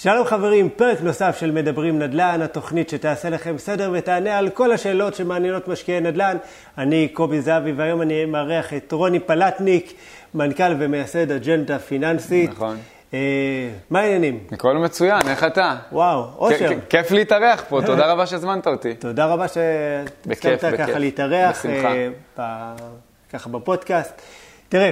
שלום חברים, פרק נוסף של מדברים נדל"ן, התוכנית שתעשה לכם סדר ותענה על כל השאלות שמעניינות משקיעי נדל"ן. אני קובי זהבי והיום אני מארח את רוני פלטניק, מנכ"ל ומייסד אג'נדה פיננסית. נכון. מה העניינים? הכל מצוין, איך אתה? וואו, אושר. כיף להתארח פה, תודה רבה שהזמנת אותי. תודה רבה שהסכמת ככה להתארח ככה בפודקאסט. תראה,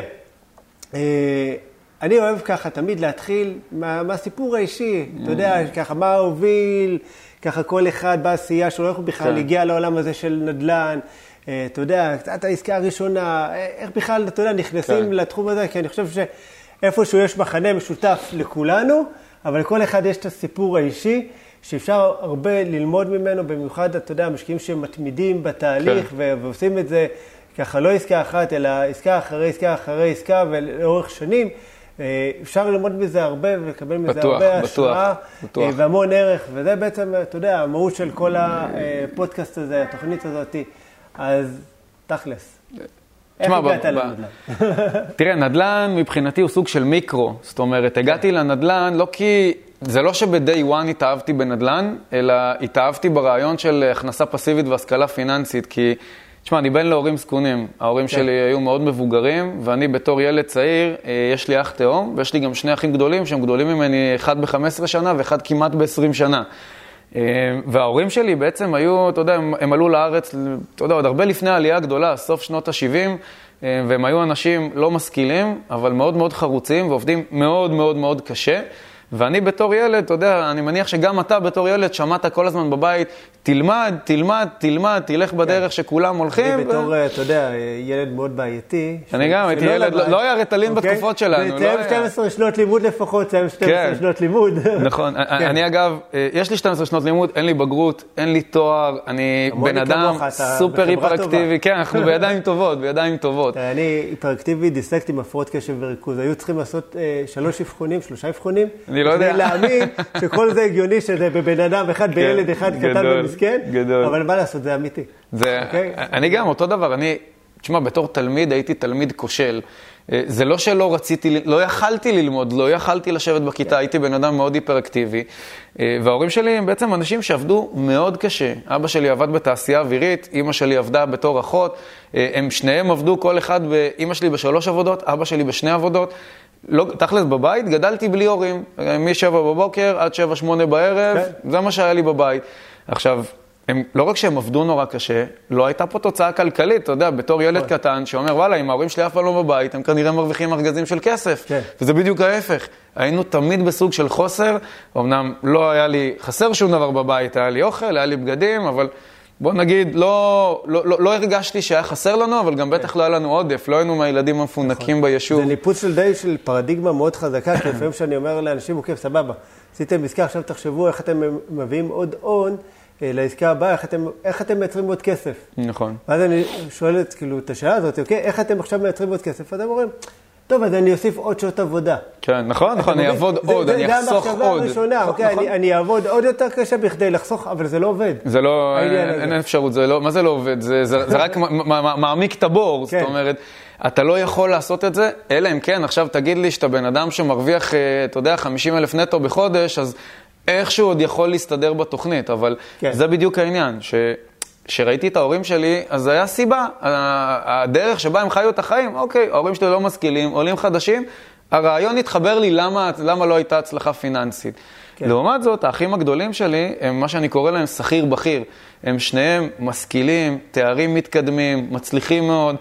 אני אוהב ככה תמיד להתחיל מהסיפור האישי, אתה יודע, ככה מה הוביל, ככה כל אחד בעשייה שלו, איך הוא בכלל הגיע לעולם הזה של נדל"ן, אתה יודע, קצת העסקה הראשונה, איך בכלל, אתה יודע, נכנסים לתחום הזה, כי אני חושב שאיפשהו יש מחנה משותף לכולנו, אבל לכל אחד יש את הסיפור האישי, שאפשר הרבה ללמוד ממנו, במיוחד, אתה יודע, המשקיעים שמתמידים בתהליך ועושים את זה ככה לא עסקה אחת, אלא עסקה אחרי עסקה אחרי עסקה ולאורך שנים, אפשר ללמוד מזה הרבה ולקבל מזה הרבה השראה והמון ערך, וזה בעצם, אתה יודע, המהות של כל הפודקאסט הזה, התוכנית הזאת. אז תכלס, איך הגעת לנדל"ן? תראה, נדל"ן מבחינתי הוא סוג של מיקרו, זאת אומרת, הגעתי לנדל"ן לא כי, זה לא שב-day one התאהבתי בנדל"ן, אלא התאהבתי ברעיון של הכנסה פסיבית והשכלה פיננסית, כי תשמע, אני בן להורים סקונים. ההורים שלי היו מאוד מבוגרים, ואני בתור ילד צעיר, יש לי אח תאום, ויש לי גם שני אחים גדולים, שהם גדולים ממני, אחד ב-15 שנה ואחד כמעט ב-20 שנה. וההורים שלי בעצם היו, אתה יודע, הם עלו לארץ, אתה יודע, עוד הרבה לפני העלייה הגדולה, סוף שנות ה-70, והם היו אנשים לא משכילים, אבל מאוד מאוד חרוצים, ועובדים מאוד מאוד מאוד קשה. ואני בתור ילד, אתה יודע, אני מניח שגם אתה בתור ילד שמעת כל הזמן בבית, תלמד, תלמד, תלמד, תלך בדרך שכולם הולכים. אני בתור, אתה יודע, ילד מאוד בעייתי. אני גם הייתי ילד, לא היה רטלין בתקופות שלנו. תסיים 12 שנות לימוד לפחות, תסיים 12 שנות לימוד. נכון, אני אגב, יש לי 12 שנות לימוד, אין לי בגרות, אין לי תואר, אני בן אדם סופר היפראקטיבי. כן, אנחנו בידיים טובות, בידיים טובות. אני היפראקטיבי, דיסלקט עם הפרעות קשב וריכוז. היו צריכים לעשות 3 אבחונים, 3 אבחונים. אני לא יודע. להאמין שכל זה הגיוני שזה בבן אדם אחד, בילד אחד קטן ומסכן, אבל מה לעשות, זה אמיתי. אני גם, אותו דבר, תשמע, בתור תלמיד הייתי תלמיד כושל. זה לא שלא רציתי, לא יכלתי ללמוד, לא יכלתי לשבת בכיתה, הייתי בן אדם מאוד היפראקטיבי. וההורים שלי הם בעצם אנשים שעבדו מאוד קשה. אבא שלי עבד בתעשייה אווירית, אמא שלי עבדה בתור אחות, הם שניהם עבדו כל אחד, אמא שלי ב3 עבודות, אבא שלי ב2 עבודות. לא, תכלס בבית, גדלתי בלי הורים, מ7 בבוקר עד 7-8 בערב, זה מה שהיה לי בבית. עכשיו, לא רק שהם עבדו נורא קשה, לא הייתה פה תוצאה כלכלית, אתה יודע, בתור ילד קטן שאומר, וואלה, אם ההורים שלי אף פעם לא בבית, הם כנראה מרוויחים ארגזים של כסף, וזה בדיוק ההפך. היינו תמיד בסוג של חוסר, אמנם לא היה לי חסר שום דבר בבית, היה לי אוכל, היה לי בגדים, אבל בוא נגיד, לא הרגשתי שהיה חסר לנו, אבל גם בטח לא היה לנו עודף, לא היינו מהילדים המפונקים ביישוב. זה ניפוץ של פרדיגמה מאוד חזקה, כי לפעמים שאני אומר לאנשים, אוקיי, סבבה, עשיתם עסקה, עכשיו תחשבו איך אתם מביאים עוד הון לעסקה הבאה, איך אתם מייצרים עוד כסף. נכון. ואז אני שואלת כאילו את השאלה הזאת, אוקיי, איך אתם עכשיו מייצרים עוד כסף? אז הם אומרים, טוב, אז אני אוסיף עוד שעות עבודה. כן, נכון, אני אעבוד עוד, אני אחסוך עוד. זה גם המחשבה הראשונה, אוקיי, אני אעבוד עוד יותר קשה בכדי לחסוך, אבל זה לא עובד. זה לא, אין אפשרות, מה זה לא עובד? זה רק מעמיק את הבור, זאת אומרת, אתה לא יכול לעשות את זה, אלא אם כן, עכשיו תגיד לי שאתה בן אדם שמרוויח, אתה יודע, 50,000 נטו בחודש, אז איכשהו עוד יכול להסתדר בתוכנית, אבל זה בדיוק העניין, שראיתי את ההורים שלי, אז זה היה סיבה, הדרך שבה הם חיו את החיים, אוקיי, ההורים שלי לא משכילים, עולים חדשים, הרעיון התחבר לי למה לא הייתה הצלחה פיננסית. לעומת זאת, האחים הגדולים שלי, הם מה שאני קורא להם שכיר בכיר, הם שניהם משכילים, תארים מתקדמים, מצליחים מאוד,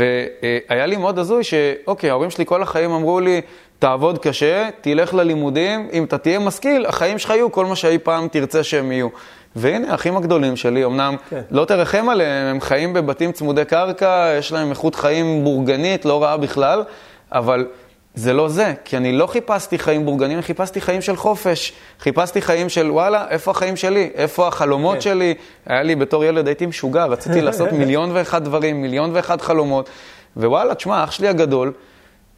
והיה לי מאוד הזוי שאוקיי, ההורים שלי כל החיים אמרו לי, תעבוד קשה, תלך ללימודים, אם אתה תהיה משכיל, החיים שלך יהיו כל מה שאי פעם תרצה שהם יהיו. והנה, האחים הגדולים שלי, אמנם לא תרחם עליהם, הם חיים בבתים צמודי קרקע, יש להם איכות חיים בורגנית, לא רעה בכלל, אבל זה לא זה, כי אני לא חיפשתי חיים בורגנים, חיפשתי חיים של חופש, חיפשתי חיים של וואלה, איפה החיים שלי, איפה החלומות שלי, היה לי בתור ילד, הייתי משוגע, רציתי לעשות 1,001 דברים, 1,001 חלומות, ווואלה, תשמע, אח שלי הגדול,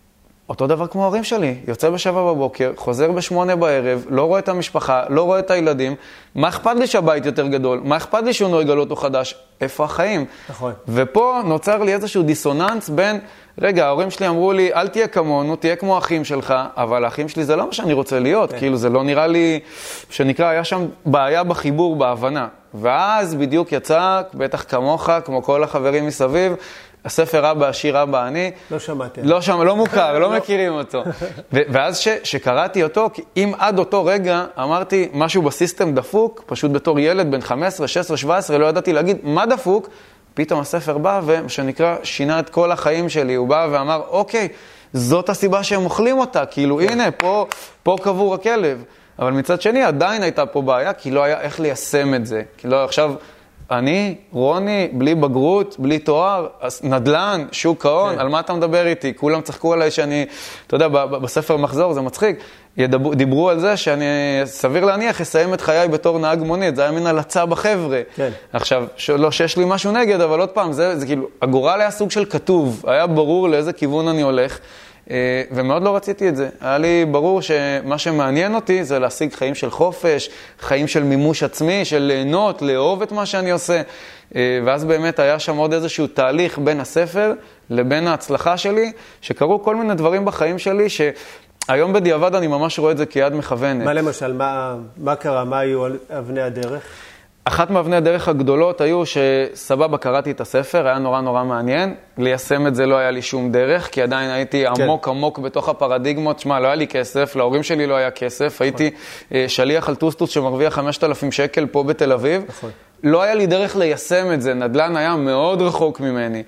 אותו דבר כמו ההורים שלי, יוצא ב7 בבוקר, חוזר ב8 בערב, לא רואה את המשפחה, לא רואה את הילדים, מה אכפת לי שהבית יותר גדול? מה אכפת לי שהוא נורגל אותו חדש? איפה החיים? נכון. ופה נוצר לי איזשהו דיסוננס בין, רגע, ההורים שלי אמרו לי, אל תהיה כמונו, תהיה כמו האחים שלך, אבל האחים שלי זה לא מה שאני רוצה להיות, כאילו זה לא נראה לי, שנקרא, היה שם בעיה בחיבור, בהבנה. ואז בדיוק יצא, בטח כמוך, כמו כל החברים מסביב, הספר אבא, השיר אבא, אני. לא שמעתי. לא מוכר, לא מכירים אותו. ואז שקראתי אותו, אם עד אותו רגע אמרתי משהו בסיסטם דפוק, פשוט בתור ילד בן 15, 16, 17, לא ידעתי להגיד מה דפוק, פתאום הספר בא ושנקרא שינה את כל החיים שלי. הוא בא ואמר, אוקיי, זאת הסיבה שהם אוכלים אותה, כאילו הנה, פה קבור הכלב. אבל מצד שני עדיין הייתה פה בעיה, כי לא היה איך ליישם את זה. כי לא עכשיו... אני, רוני, בלי בגרות, בלי תואר, נדל"ן, שוק ההון, על מה אתה מדבר איתי? כולם צחקו עליי שאני, אתה יודע, בספר מחזור, זה מצחיק, דיברו על זה שאני, סביר להניח, אסיים את חיי בתור נהג מונית, זה היה מן הלצה בחבר'ה. כן. עכשיו, לא שיש לי משהו נגד, אבל עוד פעם, זה כאילו, הגורל היה סוג של כתוב, היה ברור לאיזה כיוון אני הולך, ומאוד לא רציתי את זה. היה לי ברור שמה שמעניין אותי זה להשיג חיים של חופש, חיים של מימוש עצמי, של ליהנות, לאהוב את מה שאני עושה. ואז באמת היה שם עוד איזשהו תהליך בין הספר לבין ההצלחה שלי, שקרו כל מיני דברים בחיים שלי, שהיום בדיעבד אני ממש רואה את זה כיד מכוונת. מה למשל, מה קרה, מה היו אבני הדרך? אחת מאבני הדרך הגדולות היו שסבבה קראתי את הספר, היה נורא נורא מעניין, ליישם את זה לא היה לי שום דרך, כי עדיין הייתי עמוק בתוך הפרדיגמות, שמה, לא היה לי כסף, להורים שלי לא היה כסף, הייתי שליח על טוסטוס שמרוויח 5,000 שקל פה בתל אביב, לא היה לי דרך ליישם את זה, נדל"ן היה מאוד רחוק ממני.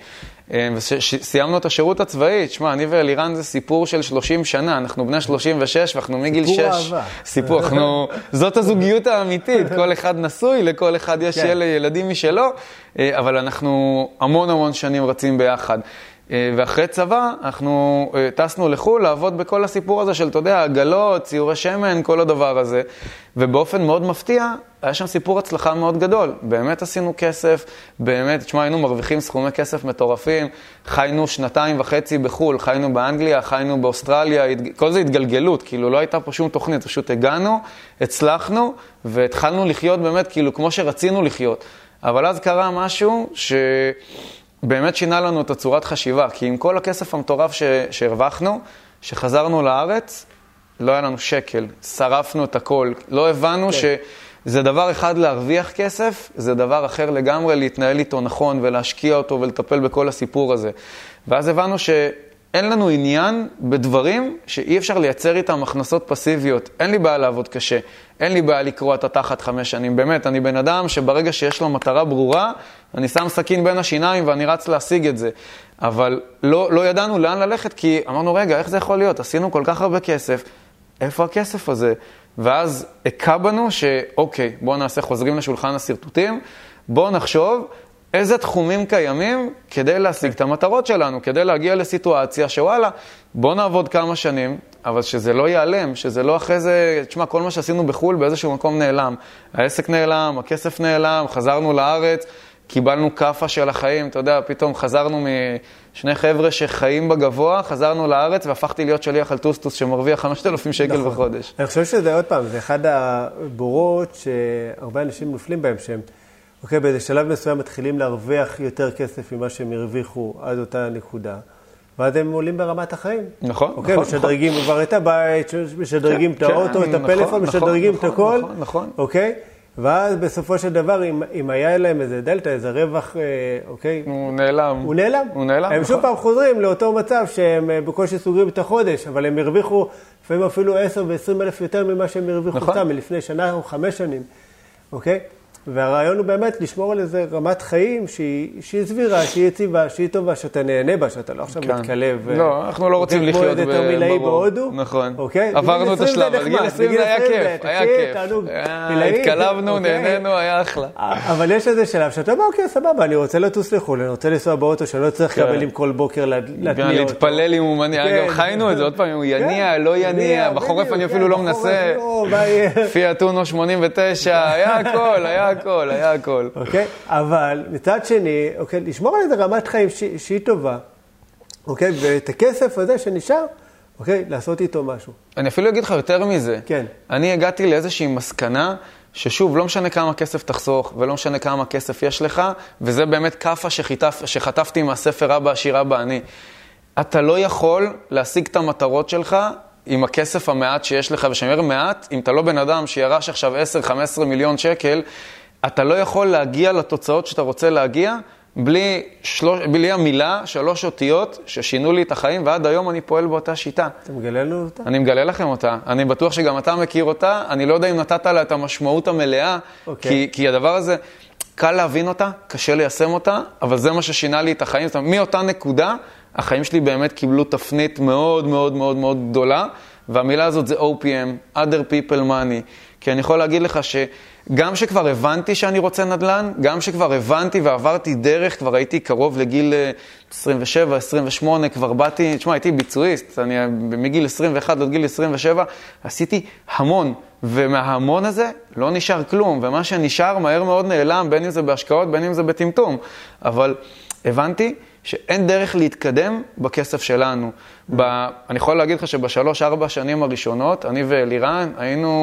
וסיימנו את השירות הצבאי, תשמע, אני ואלירן זה סיפור של 30 שנה, אנחנו בני 36 ואנחנו מגיל 6. סיפור אהבה. זאת הזוגיות האמיתית, כל אחד נשוי, לכל אחד יש ילדים משלו, אבל אנחנו המון שנים רצים ביחד. ואחרי צבא, אנחנו טסנו לחול לעבוד בכל הסיפור הזה של, אתה יודע, עגלות, ציורי שמן, כל הדבר הזה. ובאופן מאוד מפתיע, היה שם סיפור הצלחה מאוד גדול. באמת עשינו כסף, באמת, תשמע, היינו מרוויחים סכומי כסף מטורפים, חיינו 2.5 בחול, חיינו באנגליה, חיינו באוסטרליה, כל זה התגלגלות, כאילו לא הייתה פה שום תוכנית, פשוט הגענו, הצלחנו, והתחלנו לחיות באמת כאילו כמו שרצינו לחיות. אבל אז קרה משהו באמת שינה לנו את הצורת חשיבה, כי עם כל הכסף המטורף שהרווחנו, שחזרנו לארץ, לא היה לנו שקל, שרפנו את הכל, לא הבנו שזה דבר אחד להרוויח כסף, זה דבר אחר לגמרי להתנהל איתו נכון ולהשקיע אותו ולטפל בכל הסיפור הזה. ואז הבנו שאין לנו עניין בדברים שאי אפשר לייצר איתם הכנסות פסיביות. אין לי בעיה לעבוד קשה, אין לי בעיה לקרוא את התחת 5 שנים. באמת, אני בן אדם שברגע שיש לו מטרה ברורה, אני שם סכין בין השיניים ואני רץ להשיג את זה. אבל לא ידענו לאן ללכת, כי אמרנו, רגע, איך זה יכול להיות? עשינו כל כך הרבה כסף, איפה הכסף הזה? ואז הקע בנו שאוקיי, בואו נעשה חוזרים לשולחן הסרטוטים, בואו נחשוב איזה תחומים קיימים כדי להשיג את המטרות שלנו, כדי להגיע לסיטואציה שוואלה, בואו נעבוד כמה שנים, אבל שזה לא ייעלם, שזה לא אחרי זה, תשמע, כל מה שעשינו בחול באיזשהו מקום נעלם. העסק נעלם, הכסף נעלם, חזרנו לארץ, קיבלנו קפה של החיים, אתה יודע, פתאום חזרנו משני חבר'ה שחיים בגבוה, חזרנו לארץ והפכתי להיות שליח על טוסטוס שמרוויח 5,000 שקל בחודש. אני חושב שזה עוד פעם, זה אחד הבורות שהרבה אנשים נופלים בהם שהם, אוקיי, באיזה שלב מסוים מתחילים להרוויח יותר כסף ממה שהם הרוויחו עד אותה נקודה, ואז הם עולים ברמת החיים. נכון, אוקיי, משדרגים כבר את הבית, משדרגים את האוטו, את הפלאפון, משדרגים את הכל. נכון. אוקיי? ואז בסופו של דבר, אם היה להם איזה דלטה, איזה רווח, אוקיי? הוא נעלם. הוא נעלם? הוא נעלם. הם שוב פעם חוזרים לאותו מצב שהם בקושי סוגרים את החודש, אבל הם הרוויחו לפעמים אפילו 10 ו-20 אלף יותר ממה שהם הרוויחו אותם מלפני שנה או 5 שנים, אוקיי? והרעיון הוא באמת לשמור על איזה רמת חיים שהיא סבירה, שהיא יציבה, שהיא טובה, שאתה נהנה בה, שאתה לא עכשיו מתקלב. לא, אנחנו לא רוצים לחיות כמו איזה תרמילאי בהודו. נכון. אוקיי? עברנו את השלב, בגיל 20 זה היה כיף, היה כיף. התקלבנו, נהנינו, היה אחלה. אבל יש איזה שלב שאתה אומר, אוקיי, סבבה, אני רוצה לטוס לחו"ל, אני רוצה לנסוע באוטו, שאני לא צריך לקבל עם כל בוקר להתניע אותו. להתפלל אם הוא מניע, גם חיינו את זה, עוד פעם, הוא יניע, לא יניע, בחורף אני אפילו לא מנסה. פיאט אונו 89, היה הכל, היה הכל. אוקיי? אבל מצד שני, אוקיי, לשמור על איזה רמת חיים שהיא טובה, אוקיי? ואת הכסף הזה שנשאר, אוקיי? לעשות איתו משהו. אני אפילו אגיד לך יותר מזה. כן. אני הגעתי לאיזושהי מסקנה, ששוב, לא משנה כמה כסף תחסוך, ולא משנה כמה כסף יש לך, וזה באמת קפה שחטפתי מהספר אבא עשיר אבא אני. אתה לא יכול להשיג את המטרות שלך עם הכסף המעט שיש לך, ושאני אומר מעט, אם אתה לא בן אדם שירש עכשיו 10-15 מיליון שקל, אתה לא יכול להגיע לתוצאות שאתה רוצה להגיע, בלי המילה, 3 אותיות ששינו לי את החיים, ועד היום אני פועל באותה שיטה. אתה מגלה לנו אותה? אני מגלה לכם אותה. אני בטוח שגם אתה מכיר אותה. אני לא יודע אם נתת לה את המשמעות המלאה, כי הדבר הזה, קל להבין אותה, קשה ליישם אותה, אבל זה מה ששינה לי את החיים. זאת אומרת, מאותה נקודה, החיים שלי באמת קיבלו תפנית מאוד מאוד מאוד מאוד גדולה, והמילה הזאת זה OPM, Other People Money. כי אני יכול להגיד לך שגם שכבר הבנתי שאני רוצה נדל"ן, גם שכבר הבנתי ועברתי דרך, כבר הייתי קרוב לגיל 27, 28, כבר באתי, תשמע, הייתי ביצועיסט, אני מגיל 21 עד גיל 27, עשיתי המון, ומההמון הזה לא נשאר כלום, ומה שנשאר מהר מאוד נעלם, בין אם זה בהשקעות, בין אם זה בטמטום. אבל הבנתי שאין דרך להתקדם בכסף שלנו. אני יכול להגיד לך שב3-4 שנים הראשונות, אני ואלירן,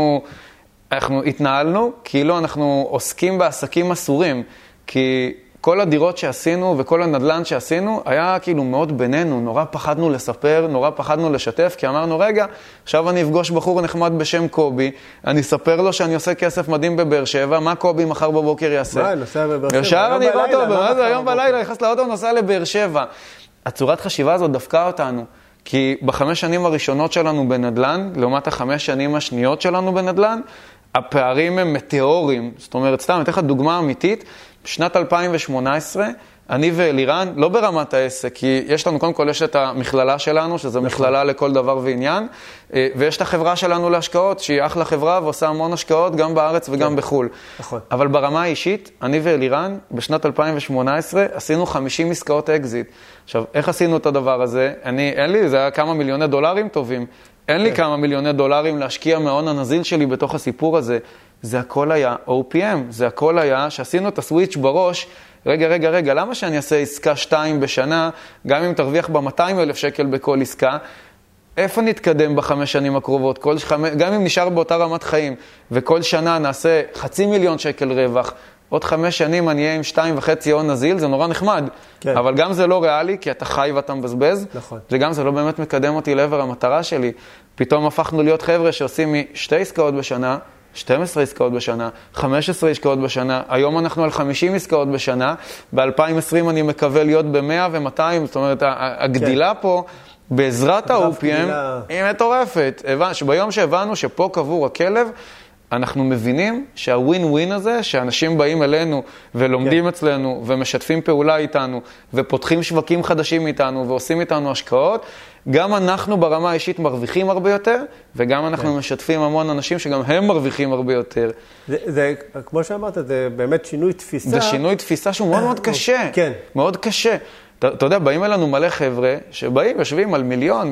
אנחנו התנהלנו כאילו אנחנו עוסקים בעסקים אסורים, כי כל הדירות שעשינו וכל הנדל"ן שעשינו היה כאילו מאוד בינינו, נורא פחדנו לספר, נורא פחדנו לשתף, כי אמרנו, רגע, עכשיו אני אפגוש בחור נחמד בשם קובי, אני אספר לו שאני עושה כסף מדהים בבאר שבע, מה קובי מחר בבוקר יעשה? מה, נוסע בבאר שבע? ישר אני רואה אותו, היום בלילה, נכנס לאוטו, נוסע לבאר שבע. הצורת חשיבה הזאת דפקה אותנו, כי ב5 שנים הראשונות שלנו בנדל"ן, לעומת ה5 שנים השניות שלנו בנדל"ן, הפערים הם מטאורים. זאת אומרת, סתם, אני אתן לך דוגמה אמיתית. בשנת 2018, אני ואלירן, לא ברמת העסק, כי יש לנו, קודם כל, יש את המכללה שלנו, שזו מכללה לכל דבר ועניין, ויש את החברה שלנו להשקעות, שהיא אחלה חברה ועושה המון השקעות, גם בארץ וגם בחול. נכון. אבל ברמה האישית, אני ואלירן, בשנת 2018, עשינו 50 עסקאות אקזיט. עכשיו, איך עשינו את הדבר הזה? אין לי, זה היה כמה מיליוני דולרים טובים. אין לי כמה מיליוני דולרים להשקיע מההון הנזיל שלי בתוך הסיפור הזה. זה הכל היה OPM, זה הכל היה שעשינו את הסוויץ' בראש, רגע, למה שאני אעשה עסקה 2 בשנה, גם אם תרוויח ב-200,000 שקל בכל עסקה, איפה נתקדם ב5 שנים הקרובות? גם אם נשאר באותה רמת חיים, וכל שנה נעשה 500,000 שקל רווח, עוד 5 שנים אני אהיה עם 2.5 הון נזיל, זה נורא נחמד. כן. אבל גם זה לא ריאלי, כי אתה חי ואתה מבזבז. נכון. וגם זה לא באמת מקדם אותי לעבר המטרה שלי. פתאום הפכנו להיות חבר'ה שעושים 2 עסקאות בשנה, 12 עסקאות בשנה, 15 עסקאות בשנה. היום אנחנו על 50 עסקאות בשנה. ב-2020 אני מקווה להיות ב-100 ו-200. זאת אומרת, הגדילה כן. פה, בעזרת ה-OPM, היא מטורפת. שביום שהבנו שפה קבור הכלב, אנחנו מבינים שהווין-ווין הזה, שאנשים באים אלינו ולומדים כן. אצלנו ומשתפים פעולה איתנו ופותחים שווקים חדשים איתנו ועושים איתנו השקעות, גם אנחנו ברמה האישית מרוויחים הרבה יותר, וגם אנחנו כן. משתפים המון אנשים שגם הם מרוויחים הרבה יותר. זה, כמו שאמרת, זה באמת שינוי תפיסה. זה שינוי תפיסה שהוא מאוד מאוד קשה. כן. מאוד קשה. אתה יודע, באים אלינו מלא חבר'ה שבאים, יושבים על 1.5 מיליון,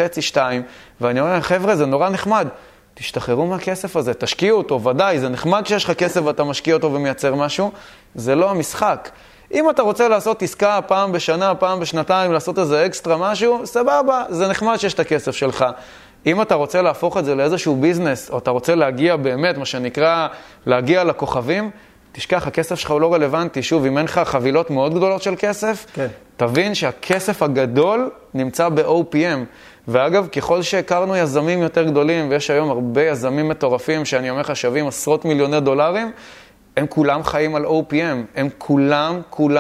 2 מיליון, ואני אומר, חבר'ה, זה נורא נחמד. תשתחררו מהכסף הזה, תשקיעו אותו, ודאי, זה נחמד שיש לך כסף ואתה משקיע אותו ומייצר משהו, זה לא המשחק. אם אתה רוצה לעשות עסקה פעם בשנה, פעם בשנתיים, לעשות איזה אקסטרה משהו, סבבה, זה נחמד שיש את הכסף שלך. אם אתה רוצה להפוך את זה לאיזשהו ביזנס, או אתה רוצה להגיע באמת, מה שנקרא, להגיע לכוכבים, תשכח, הכסף שלך הוא לא רלוונטי. שוב, אם אין לך חבילות מאוד גדולות של כסף, כן. תבין שהכסף הגדול נמצא ב-OPM. ואגב, ככל שהכרנו יזמים יותר גדולים, ויש היום הרבה יזמים מטורפים, שאני אומר לך שווים עשרות מיליוני דולרים, הם כולם חיים על OPM. הם כולם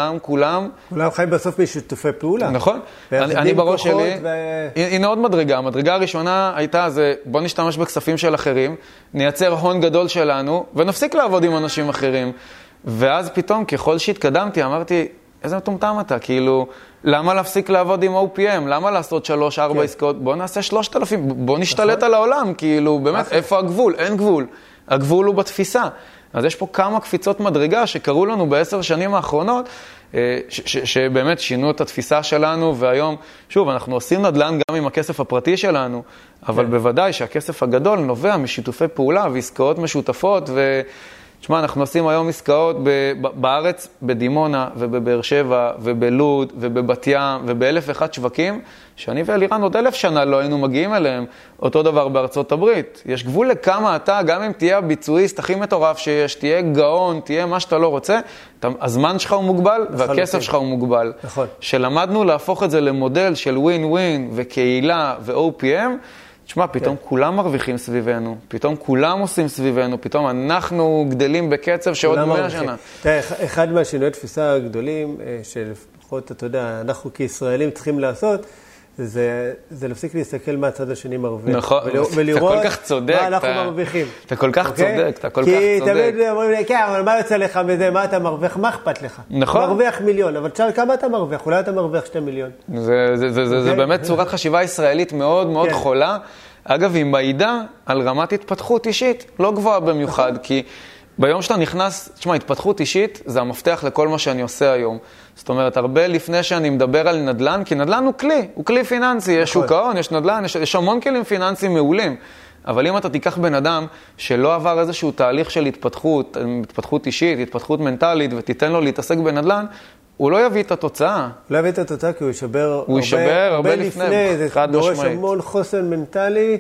חיים בסוף בשיתופי פעולה. נכון. אני בראש שלי, הנה עוד מדרגה. המדרגה הראשונה הייתה, בוא נשתמש בכספים של אחרים, נייצר הון גדול שלנו, ונפסיק לעבוד עם אנשים אחרים. ואז פתאום, ככל שהתקדמתי, אמרתי, איזה מטומטם אתה, כאילו, למה להפסיק לעבוד עם OPM? למה לעשות 3-4 עסקאות? בוא נעשה 3,000, בוא נשתלט על העולם, כאילו, באמת, איפה הגבול? אין גבול. הגבול הוא בתפיסה. אז יש פה כמה קפיצות מדרגה שקרו לנו ב10 שנים האחרונות, שבאמת שינו את התפיסה שלנו, והיום, שוב, אנחנו עושים נדל"ן גם עם הכסף הפרטי שלנו, אבל בוודאי שהכסף הגדול נובע משיתופי פעולה ועסקאות משותפות, תשמע, אנחנו עושים היום עסקאות בארץ, בדימונה ובבאר שבע ובלוד ובבת ים ובאלף אחד שווקים, שאני ואלירן עוד 1000 שנה לא היינו מגיעים אליהם. אותו דבר בארצות הברית. יש גבול לכמה אתה, גם אם תהיה הביצועיסט הכי מטורף שיש, תהיה גאון, תהיה מה שאתה לא רוצה, הזמן שלך הוא מוגבל והכסף שלך הוא מוגבל. נכון. שלמדנו להפוך את זה למודל של ווין ווין וקהילה ו-OPM, תשמע, פתאום כולם מרוויחים סביבנו, פתאום כולם עושים סביבנו, פתאום אנחנו גדלים בקצב שעוד 100 שנה. אחד מהשינוי תפיסה הגדולים, שלפחות, אתה יודע, אנחנו כישראלים צריכים לעשות, זה להפסיק להסתכל מהצד השני מרוויח. נכון, אתה כל כך צודק. מה אנחנו מרוויחים. אתה כל כך צודק, אתה כל כך צודק. כי תמיד אומרים לי, כן, אבל מה יוצא לך מזה, מה אתה מרוויח, מה אכפת לך? נכון. מרוויח 1,000,000, אבל תשאל כמה אתה מרוויח, אולי אתה מרוויח 2 מיליון. זה באמת צורת חשיבה ישראלית מאוד מאוד חולה. אגב, היא מעידה על רמת התפתחות אישית, לא גבוהה במיוחד, כי ביום שאתה נכנס, תשמע, התפתחות אישית זה המפתח לכל מה שאני עושה היום. זאת אומרת, הרבה לפני שאני מדבר על נדל"ן, כי נדל"ן הוא כלי פיננסי, יש שוק ההון, יש נדל"ן, יש המון כלים פיננסיים מעולים. אבל אם אתה תיקח בן אדם שלא עבר איזשהו תהליך של התפתחות אישית, התפתחות מנטלית, ותיתן לו להתעסק בנדל"ן, הוא לא יביא את התוצאה. לא יביא את התוצאה כי הוא יישבר הרבה לפני, זה דורש המון חוסן מנטלי,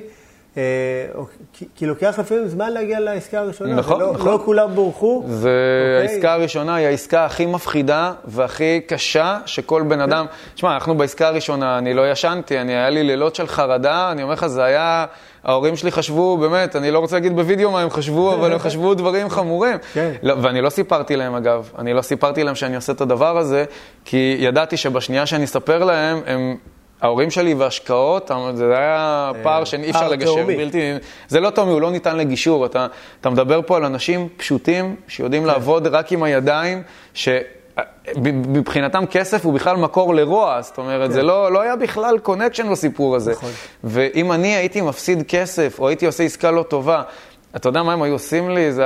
כי לוקח לפעמים זמן להגיע לעסקה הראשונה. נכון. לא כולם בורחו. העסקה הראשונה היא העסקה הכי מפחידה והכי קשה שכל בן אדם... תשמע, אנחנו בעסקה הראשונה, אני לא ישנתי, היה לי לילות של חרדה, אני אומר לך, זה היה... ההורים שלי חשבו, באמת, אני לא רוצה להגיד בווידאו מה הם חשבו, אבל הם חשבו דברים חמורים. ואני לא סיפרתי להם, אגב. אני לא סיפרתי להם שאני עושה את הדבר הזה, כי ידעתי שבשנייה שאני אספר להם, ההורים שלי והשקעות, זה היה פער שאי אפשר לגשר. זה לא תומי, הוא לא ניתן לגישור. אתה מדבר פה על אנשים פשוטים, שיודעים לעבוד רק עם הידיים, מבחינתם כסף הוא בכלל מקור לרוע, זאת אומרת, זה לא היה בכלל קונקשן לסיפור הזה. ואם אני הייתי מפסיד כסף, או הייתי עושה עסקה לא טובה, אתה יודע מה הם היו עושים לי? זה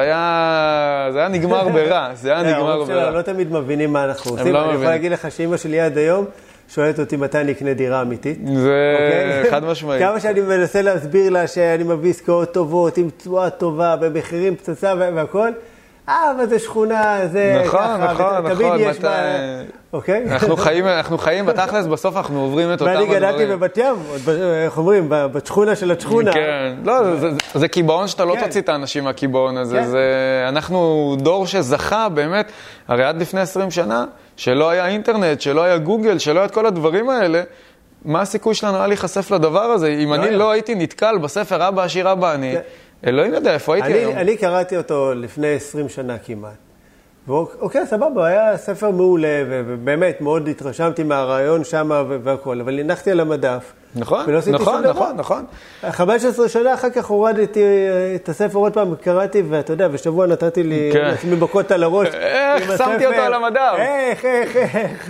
היה נגמר ברע, זה היה נגמר ברע. לא תמיד מבינים מה אנחנו עושים, אני יכול להגיד לך שאמא שלי עד היום, שואלת אותי מתי אני אקנה דירה אמיתית. זה חד משמעית. כמה שאני מנסה להסביר לה שאני מביא עסקאות טובות, עם תשואה טובה, במחירים פצצה והכל, אבל זה שכונה, זה ככה, תמיד יש מה... אוקיי? אנחנו חיים בתכלס, בסוף אנחנו עוברים את אותם הדברים. ואני גדלתי בבת ים, איך אומרים, בשכונה של השכונה. כן, לא, זה קיבעון שאתה לא תוציא את האנשים מהקיבעון הזה. אנחנו דור שזכה באמת, הרי עד לפני 20 שנה, שלא היה אינטרנט, שלא היה גוגל, שלא היה את כל הדברים האלה, מה הסיכוי שלנו היה להיחשף לדבר הזה? אם אני לא הייתי נתקל בספר אבא עשיר אבא אני, אלוהים יודע איפה הייתי היום. אני קראתי אותו לפני 20 שנה כמעט. אוקיי, סבבה, היה ספר מעולה, ובאמת מאוד התרשמתי מהרעיון שם והכל, אבל הנחתי על המדף. נכון, נכון. 15 שנה אחר כך הורדתי את הספר עוד פעם, קראתי, ואתה יודע, ושבוע נתתי לי מבקות על הראש. איך שמתי אותו על המדף? איך.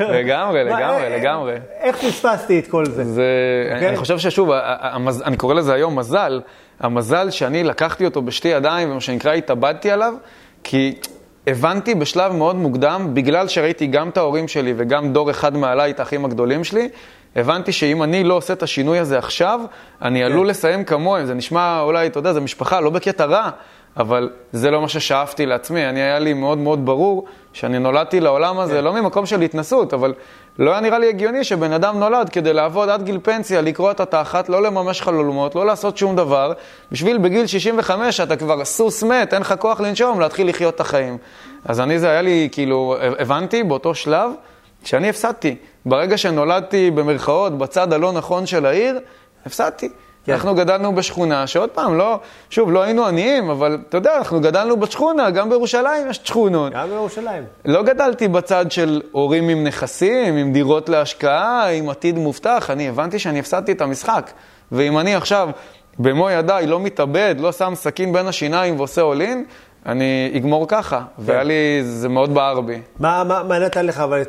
לגמרי. איך פספסתי את כל זה? אני חושב ששוב, אני קורא לזה היום מזל, המזל שאני לקחתי אותו בשתי ידיים, ומה שנקרא התאבדתי עליו, כי הבנתי בשלב מאוד מוקדם, בגלל שראיתי גם את ההורים שלי וגם דור אחד מעליי, את האחים הגדולים שלי, הבנתי שאם אני לא עושה את השינוי הזה עכשיו, אני עלול לסיים כמוהם. זה נשמע אולי, אתה יודע, זה משפחה, לא בקטע רע, אבל זה לא מה ששאפתי לעצמי. היה לי מאוד מאוד ברור שאני נולדתי לעולם הזה, לא ממקום של התנסות, אבל לא היה נראה לי הגיוני שבן אדם נולד כדי לעבוד עד גיל פנסיה, לקרוא את התחת, לא לממש חלומות, לא לעשות שום דבר, בשביל בגיל 65 אתה כבר סוס מת, אין לך כוח לנשום, להתחיל לחיות את החיים. אז זה היה לי, כאילו, הבנתי באותו שלב שאני הפסדתי. ברגע שנולדתי במרכאות בצד הלא נכון של העיר, הפסדתי. אנחנו גדלנו בשכונה, שעוד פעם, לא היינו עניים, אבל אתה יודע, אנחנו גדלנו בשכונה, גם בירושלים יש שכונות. גם בירושלים. לא גדלתי בצד של הורים עם נכסים, עם דירות להשקעה, עם עתיד מובטח. אני הבנתי שאני הפסדתי את המשחק. ואם אני עכשיו במו ידיי לא מתאבד, לא שם סכין בין השיניים ועושה עולין, אני אגמור ככה. והיה לי, זה מאוד בער בי. מה נתן לך אבל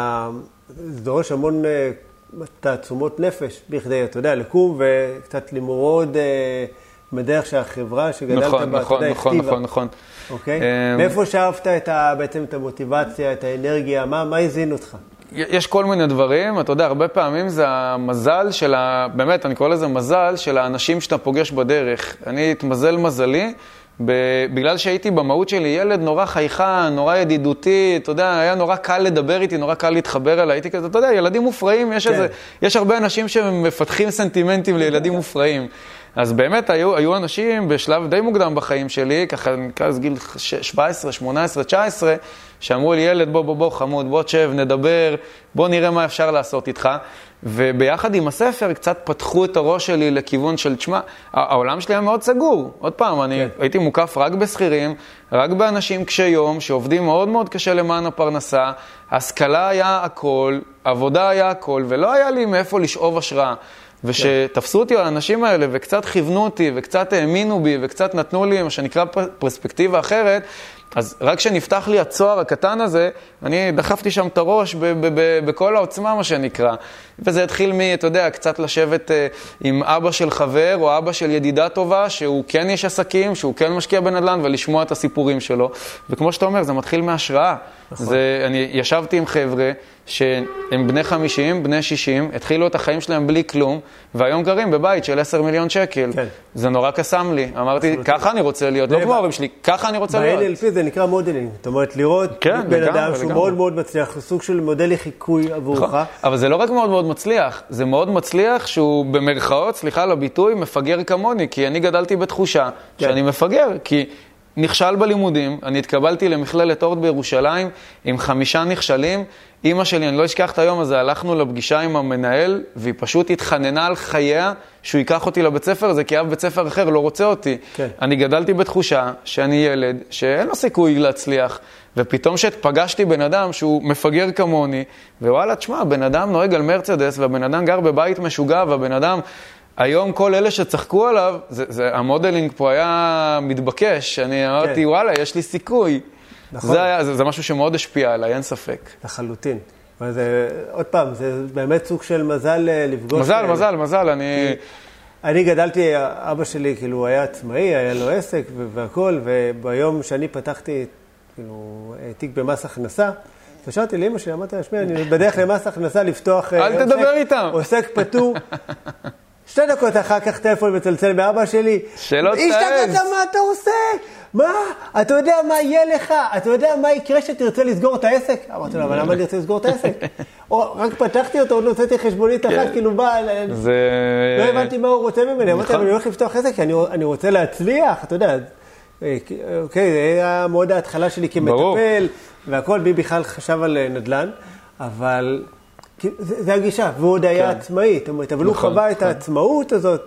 זה דורש המון תעצומות נפש בכדי, אתה יודע, לקום וקצת למרוד בדרך שהחברה שגדלת בה, אתה יודע, הכתיבה. נכון. אוקיי? מאיפה שאהבת בעצם את המוטיבציה, את האנרגיה, מה הזין אותך? יש כל מיני דברים, אתה יודע, הרבה פעמים זה המזל באמת, אני קורא לזה מזל של האנשים שאתה פוגש בדרך. אני התמזל מזלי, בגלל שהייתי במהות שלי ילד נורא חייכן, נורא ידידותי, אתה יודע, היה נורא קל לדבר איתי, נורא קל להתחבר אליי, הייתי כזה, אתה יודע, ילדים מופרעים, יש הרבה אנשים שמפתחים סנטימנטים לילדים מופרעים. אז באמת היו אנשים בשלב די מוקדם בחיים שלי, ככה גיל 17, 18, 19, שאמרו לי, ילד, בוא, חמוד, בוא תשב, נדבר, בוא נראה מה אפשר לעשות איתך. וביחד עם הספר קצת פתחו את הראש שלי לכיוון של, תשמע, העולם שלי היה מאוד סגור. עוד פעם, אני הייתי מוקף רק בסחירים, רק באנשים קשי יום, שעובדים מאוד מאוד קשה למען הפרנסה, השכלה היה הכל, עבודה היה הכל, ולא היה לי מאיפה לשאוב השראה. ושתפסו אותי על האנשים האלה וקצת כיוונו אותי וקצת האמינו בי וקצת נתנו לי מה שנקרא פרספקטיבה אחרת, אז רק כשנפתח לי הצוהר הקטן הזה, אני דחפתי שם את הראש בכל העוצמה מה שנקרא. וזה התחיל אתה יודע, קצת לשבת עם אבא של חבר או אבא של ידידה טובה, שהוא כן יש עסקים, שהוא כן משקיע בנדל"ן, ולשמוע את הסיפורים שלו. וכמו שאתה אומר, זה מתחיל מהשראה. נכון. אני ישבתי עם חבר'ה שהם בני 50, בני 60, התחילו את החיים שלהם בלי כלום, והיום גרים בבית של 10 מיליון שקל. כן. זה נורא קסם לי. אמרתי, ככה אני רוצה להיות, לא כמו ההורים שלי, ככה אני רוצה להיות. ב-NLP זה נקרא מודלינג. זאת אומרת, לראות בן אדם שהוא מאוד מאוד מצליח, סוג של מודל לחיקוי עבורך. אבל זה לא רק מאוד מאוד מצליח, זה מאוד מצליח שהוא במרכאות, סליחה על הביטוי, מפגר כמוני, כי אני גדלתי בתחושה שאני מפגר, כי נכשל בלימודים, אני התקבלתי למכללת אורט בירושלים עם 5 נכשלים, אמא שלי, אני לא אשכח את היום הזה, הלכנו לפגישה עם המנהל, והיא פשוט התחננה על חייה שהוא ייקח אותי לבית ספר הזה, כי אף בית ספר אחר לא רוצה אותי. כן. אני גדלתי בתחושה שאני ילד, שאין לו סיכוי להצליח, ופתאום שפגשתי בן אדם שהוא מפגר כמוני, ווואלה, תשמע, בן אדם נוהג על מרצדס, והבן אדם גר בבית משוגע, והבן אדם, היום כל אלה שצחקו עליו, המודלינג פה היה מתבקש, אני אמרתי, כן. וואלה, יש לי סיכוי. נכון. זה משהו שמאוד השפיע עליי, אין ספק. לחלוטין. עוד פעם, זה באמת סוג של מזל לפגוש. מזל, אני גדלתי, אבא שלי כאילו היה עצמאי, היה לו עסק והכל, וביום שאני פתחתי כאילו תיק במס הכנסה, חשבתי לאמא שלי, אמרתי, שמי, אני בדרך למס הכנסה לפתוח... אל תדבר איתם. עוסק פטור. 2 דקות אחר כך טלפון מצלצל מאבא שלי. שלא תעז. השתגעת, מה אתה עושה? מה? אתה יודע מה יהיה לך? אתה יודע מה יקרה שתרצה לסגור את העסק? אמרתי לו, אבל למה אני רוצה לסגור את העסק? או רק פתחתי אותו, עוד נוצאתי חשבונית אחת, כאילו בא... לא הבנתי מה הוא רוצה ממני. אמרתי, אני הולך לפתוח עסק, כי אני רוצה להצליח, אתה יודע. אוקיי, זה היה מאוד ההתחלה שלי כמטפל, והכל בי בכלל חשב על נדל"ן, אבל... זה הגישה, והוא עוד היה עצמאי, אבל הוא חווה את העצמאות הזאת,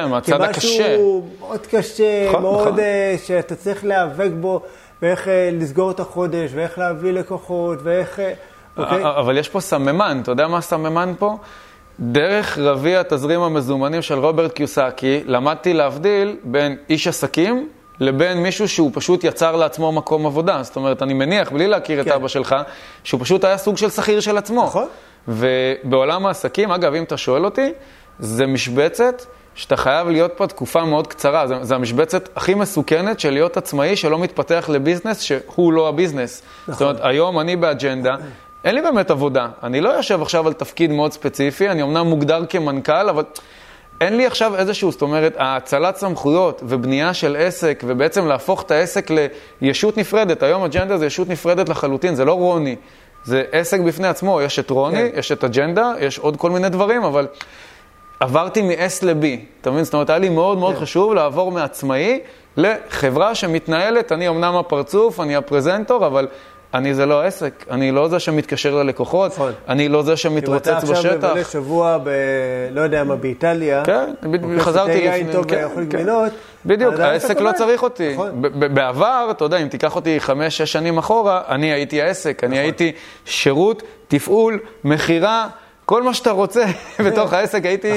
כמשהו מאוד קשה, מאוד שאתה צריך להיאבק בו, ואיך לסגור את החודש, ואיך להביא לקוחות, ואיך... אבל יש פה סממן, אתה יודע מה הסממן פה? דרך רביע התזרים המזומנים של רוברט קיוסקי, למדתי להבדיל בין איש עסקים, לבין מישהו שהוא פשוט יצר לעצמו מקום עבודה. זאת אומרת, אני מניח, בלי להכיר את אבא שלך, שהוא פשוט היה סוג של שכיר של עצמו. נכון. ובעולם העסקים, אגב, אם אתה שואל אותי, זה משבצת שאתה חייב להיות פה תקופה מאוד קצרה. זה המשבצת הכי מסוכנת של להיות עצמאי שלא מתפתח לביזנס שהוא לא הביזנס. נכון. זאת אומרת, היום אני באג'נדה, אין לי באמת עבודה. אני לא יושב עכשיו על תפקיד מאוד ספציפי, אני אמנם מוגדר כמנכ"ל, אבל אין לי עכשיו איזשהו, זאת אומרת, הצלת סמכויות ובנייה של עסק, ובעצם להפוך את העסק לישות נפרדת. היום אג'נדה זה ישות נפרדת לחלוטין, זה לא רוני. זה עסק בפני עצמו, יש את רוני, יש את אג'נדה, יש עוד כל מיני דברים, אבל עברתי מ-S ל-B. אתה מבין? זאת אומרת, היה לי מאוד מאוד חשוב לעבור מעצמאי לחברה שמתנהלת, אני אמנם הפרצוף, אני הפרזנטור, אבל אני זה לא עסק, אני לא זה שמתקשר ללקוחות, אני לא זה שמתרוצץ בשטח. כי אתה עכשיו מבלה שבוע לא יודע מה, באיטליה, כן, חזרתי לפני, בדיוק, העסק לא צריך אותי. בעבר, אתה יודע, אם תיקח אותי 5-6 שנים אחורה, אני הייתי העסק, אני הייתי שירות, תפעול, מחירה, כל מה שאתה רוצה בתוך העסק הייתי...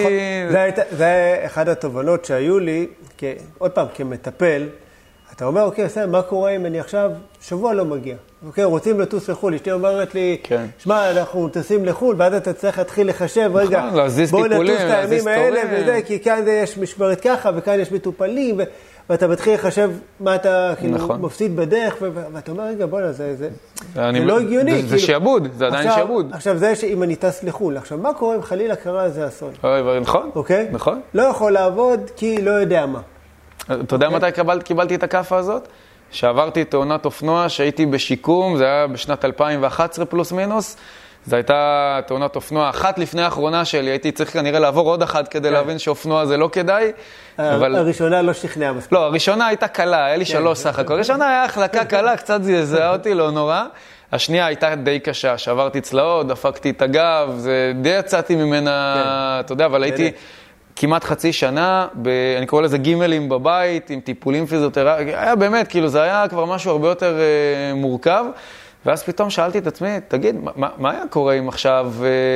זה אחד התובנות שהיו לי, עוד פעם, כמטפל, אתה אומר, אוקיי, מה קורה אם אני עכשיו שבוע לא מגיע? אוקיי, רוצים לטוס לחול, אשתי אומרת לי, שמע, אנחנו טסים לחול, ואז אתה צריך להתחיל לחשב, רגע, בואו נטוס את הימים האלה וזה, כי כאן יש משמרת ככה, וכאן יש מטופלים, ואתה מתחיל לחשב מה אתה מפסיד בדרך, ואתה אומר, רגע, בוא'נה, זה לא הגיוני. זה שעבוד, זה עדיין שעבוד. עכשיו, זה שאם אני טס לחול, עכשיו, מה קורה אם חלילה קרה זה אסון? נכון, אוקיי? נכון. לא יכול לעבוד כי לא יודע מה. אתה יודע מתי קיבלתי את הכאפה הזאת? שעברתי תאונת אופנוע, שהייתי בשיקום, זה היה בשנת 2011 פלוס מינוס, זו הייתה תאונת אופנוע אחת לפני האחרונה שלי, הייתי צריך כנראה לעבור עוד אחת כדי להבין שאופנוע זה לא כדאי. הראשונה לא שכנעה מספיק. לא, הראשונה הייתה קלה, היה לי 3 סך הכל. הראשונה היה החלקה קלה, קצת זעזעה אותי, לא נורא. השנייה הייתה די קשה, שעברתי צלעות, דפקתי את הגב, זה די יצאתי ממנה, אתה יודע, אבל הייתי כמעט חצי שנה, אני קורא לזה גימלים בבית, עם טיפולים פיזיותרפיים, היה באמת, כאילו זה היה כבר משהו הרבה יותר מורכב, ואז פתאום שאלתי את עצמי, תגיד, מה היה קורה אם עכשיו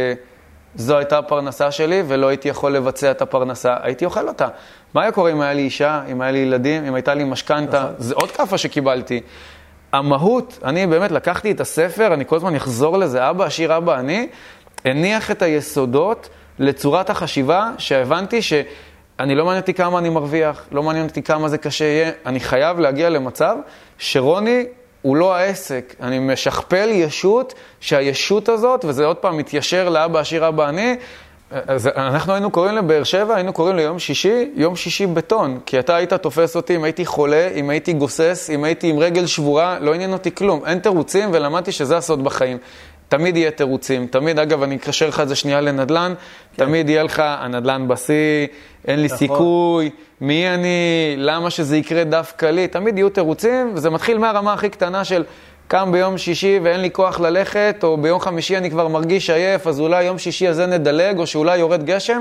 זו הייתה הפרנסה שלי, ולא הייתי יכול לבצע את הפרנסה, הייתי אוכל אותה. מה היה קורה אם היה לי אישה, אם היה לי ילדים, אם הייתה לי משכנתה, זה עוד כאפה שקיבלתי. המהות, אני באמת לקחתי את הספר, אני כל הזמן אחזור לזה, אבא עשיר אבא אני, הניח את היסודות לצורת החשיבה, שהבנתי שאני לא מעניין אותי כמה אני מרוויח, לא מעניין אותי כמה זה קשה יהיה, אני חייב להגיע למצב שרוני הוא לא העסק, אני משכפל ישות, שהישות הזאת, וזה עוד פעם מתיישר לאבא עשיר אבא אני, אז אנחנו היינו קוראים לבאר שבע, היינו קוראים ליום שישי, יום שישי בטון, כי אתה היית תופס אותי אם הייתי חולה, אם הייתי גוסס, אם הייתי עם רגל שבורה, לא עניין אותי כלום, אין תירוצים, ולמדתי שזה הסוד בחיים. תמיד יהיה תירוצים, תמיד, אגב, אני אקשר לך את זה שנייה לנדלן, תמיד יהיה לך, הנדלן בסי, אין לי סיכוי, מי אני, למה שזה יקרה דווקא לי, תמיד יהיו תירוצים, וזה מתחיל מהרמה הכי קטנה של קם ביום שישי ואין לי כוח ללכת, או ביום חמישי אני כבר מרגיש עייף, אז אולי יום שישי הזה נדלג, או שאולי יורד גשם.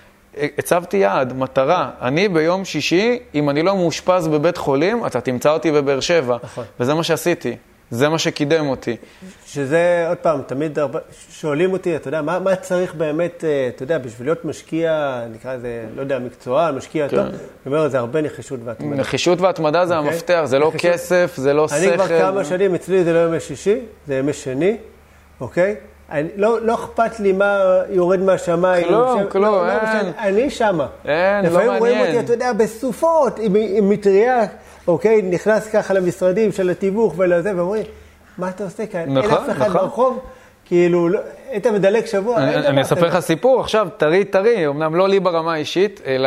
הצבתי יעד, מטרה. אני ביום שישי, אם אני לא מאושפז בבית חולים, אתה תמצא אותי בבאר שבע. וזה מה שעשיתי. זה מה שקידם אותי. שזה, עוד פעם, תמיד שואלים אותי, אתה יודע, מה צריך באמת, אתה יודע, בשביל להיות משקיע, נקרא לזה, לא יודע, מקצוען, משקיע טוב, אני אומר, זה הרבה נחישות והתמדה. נחישות והתמדה זה המפתח, זה לא כסף, זה לא שכל. אני כבר כמה שנים, אצלי זה לא ימי שישי, זה ימי שני, אוקיי? לא אכפת לי מה יורד מהשמיים. כלום, אין. אני שמה. אין, לא מעניין. לפעמים רואים אותי, אתה יודע, בסופות, עם מטריה, אוקיי, נכנס ככה למשרדים של התיווך ולזה, ואומרים, מה אתה עושה כאן? אין אף אחד ברחוב, כאילו, היית מדלק שבוע. אני אספר לך סיפור, עכשיו, טרי, אמנם לא לי ברמה אישית, אלא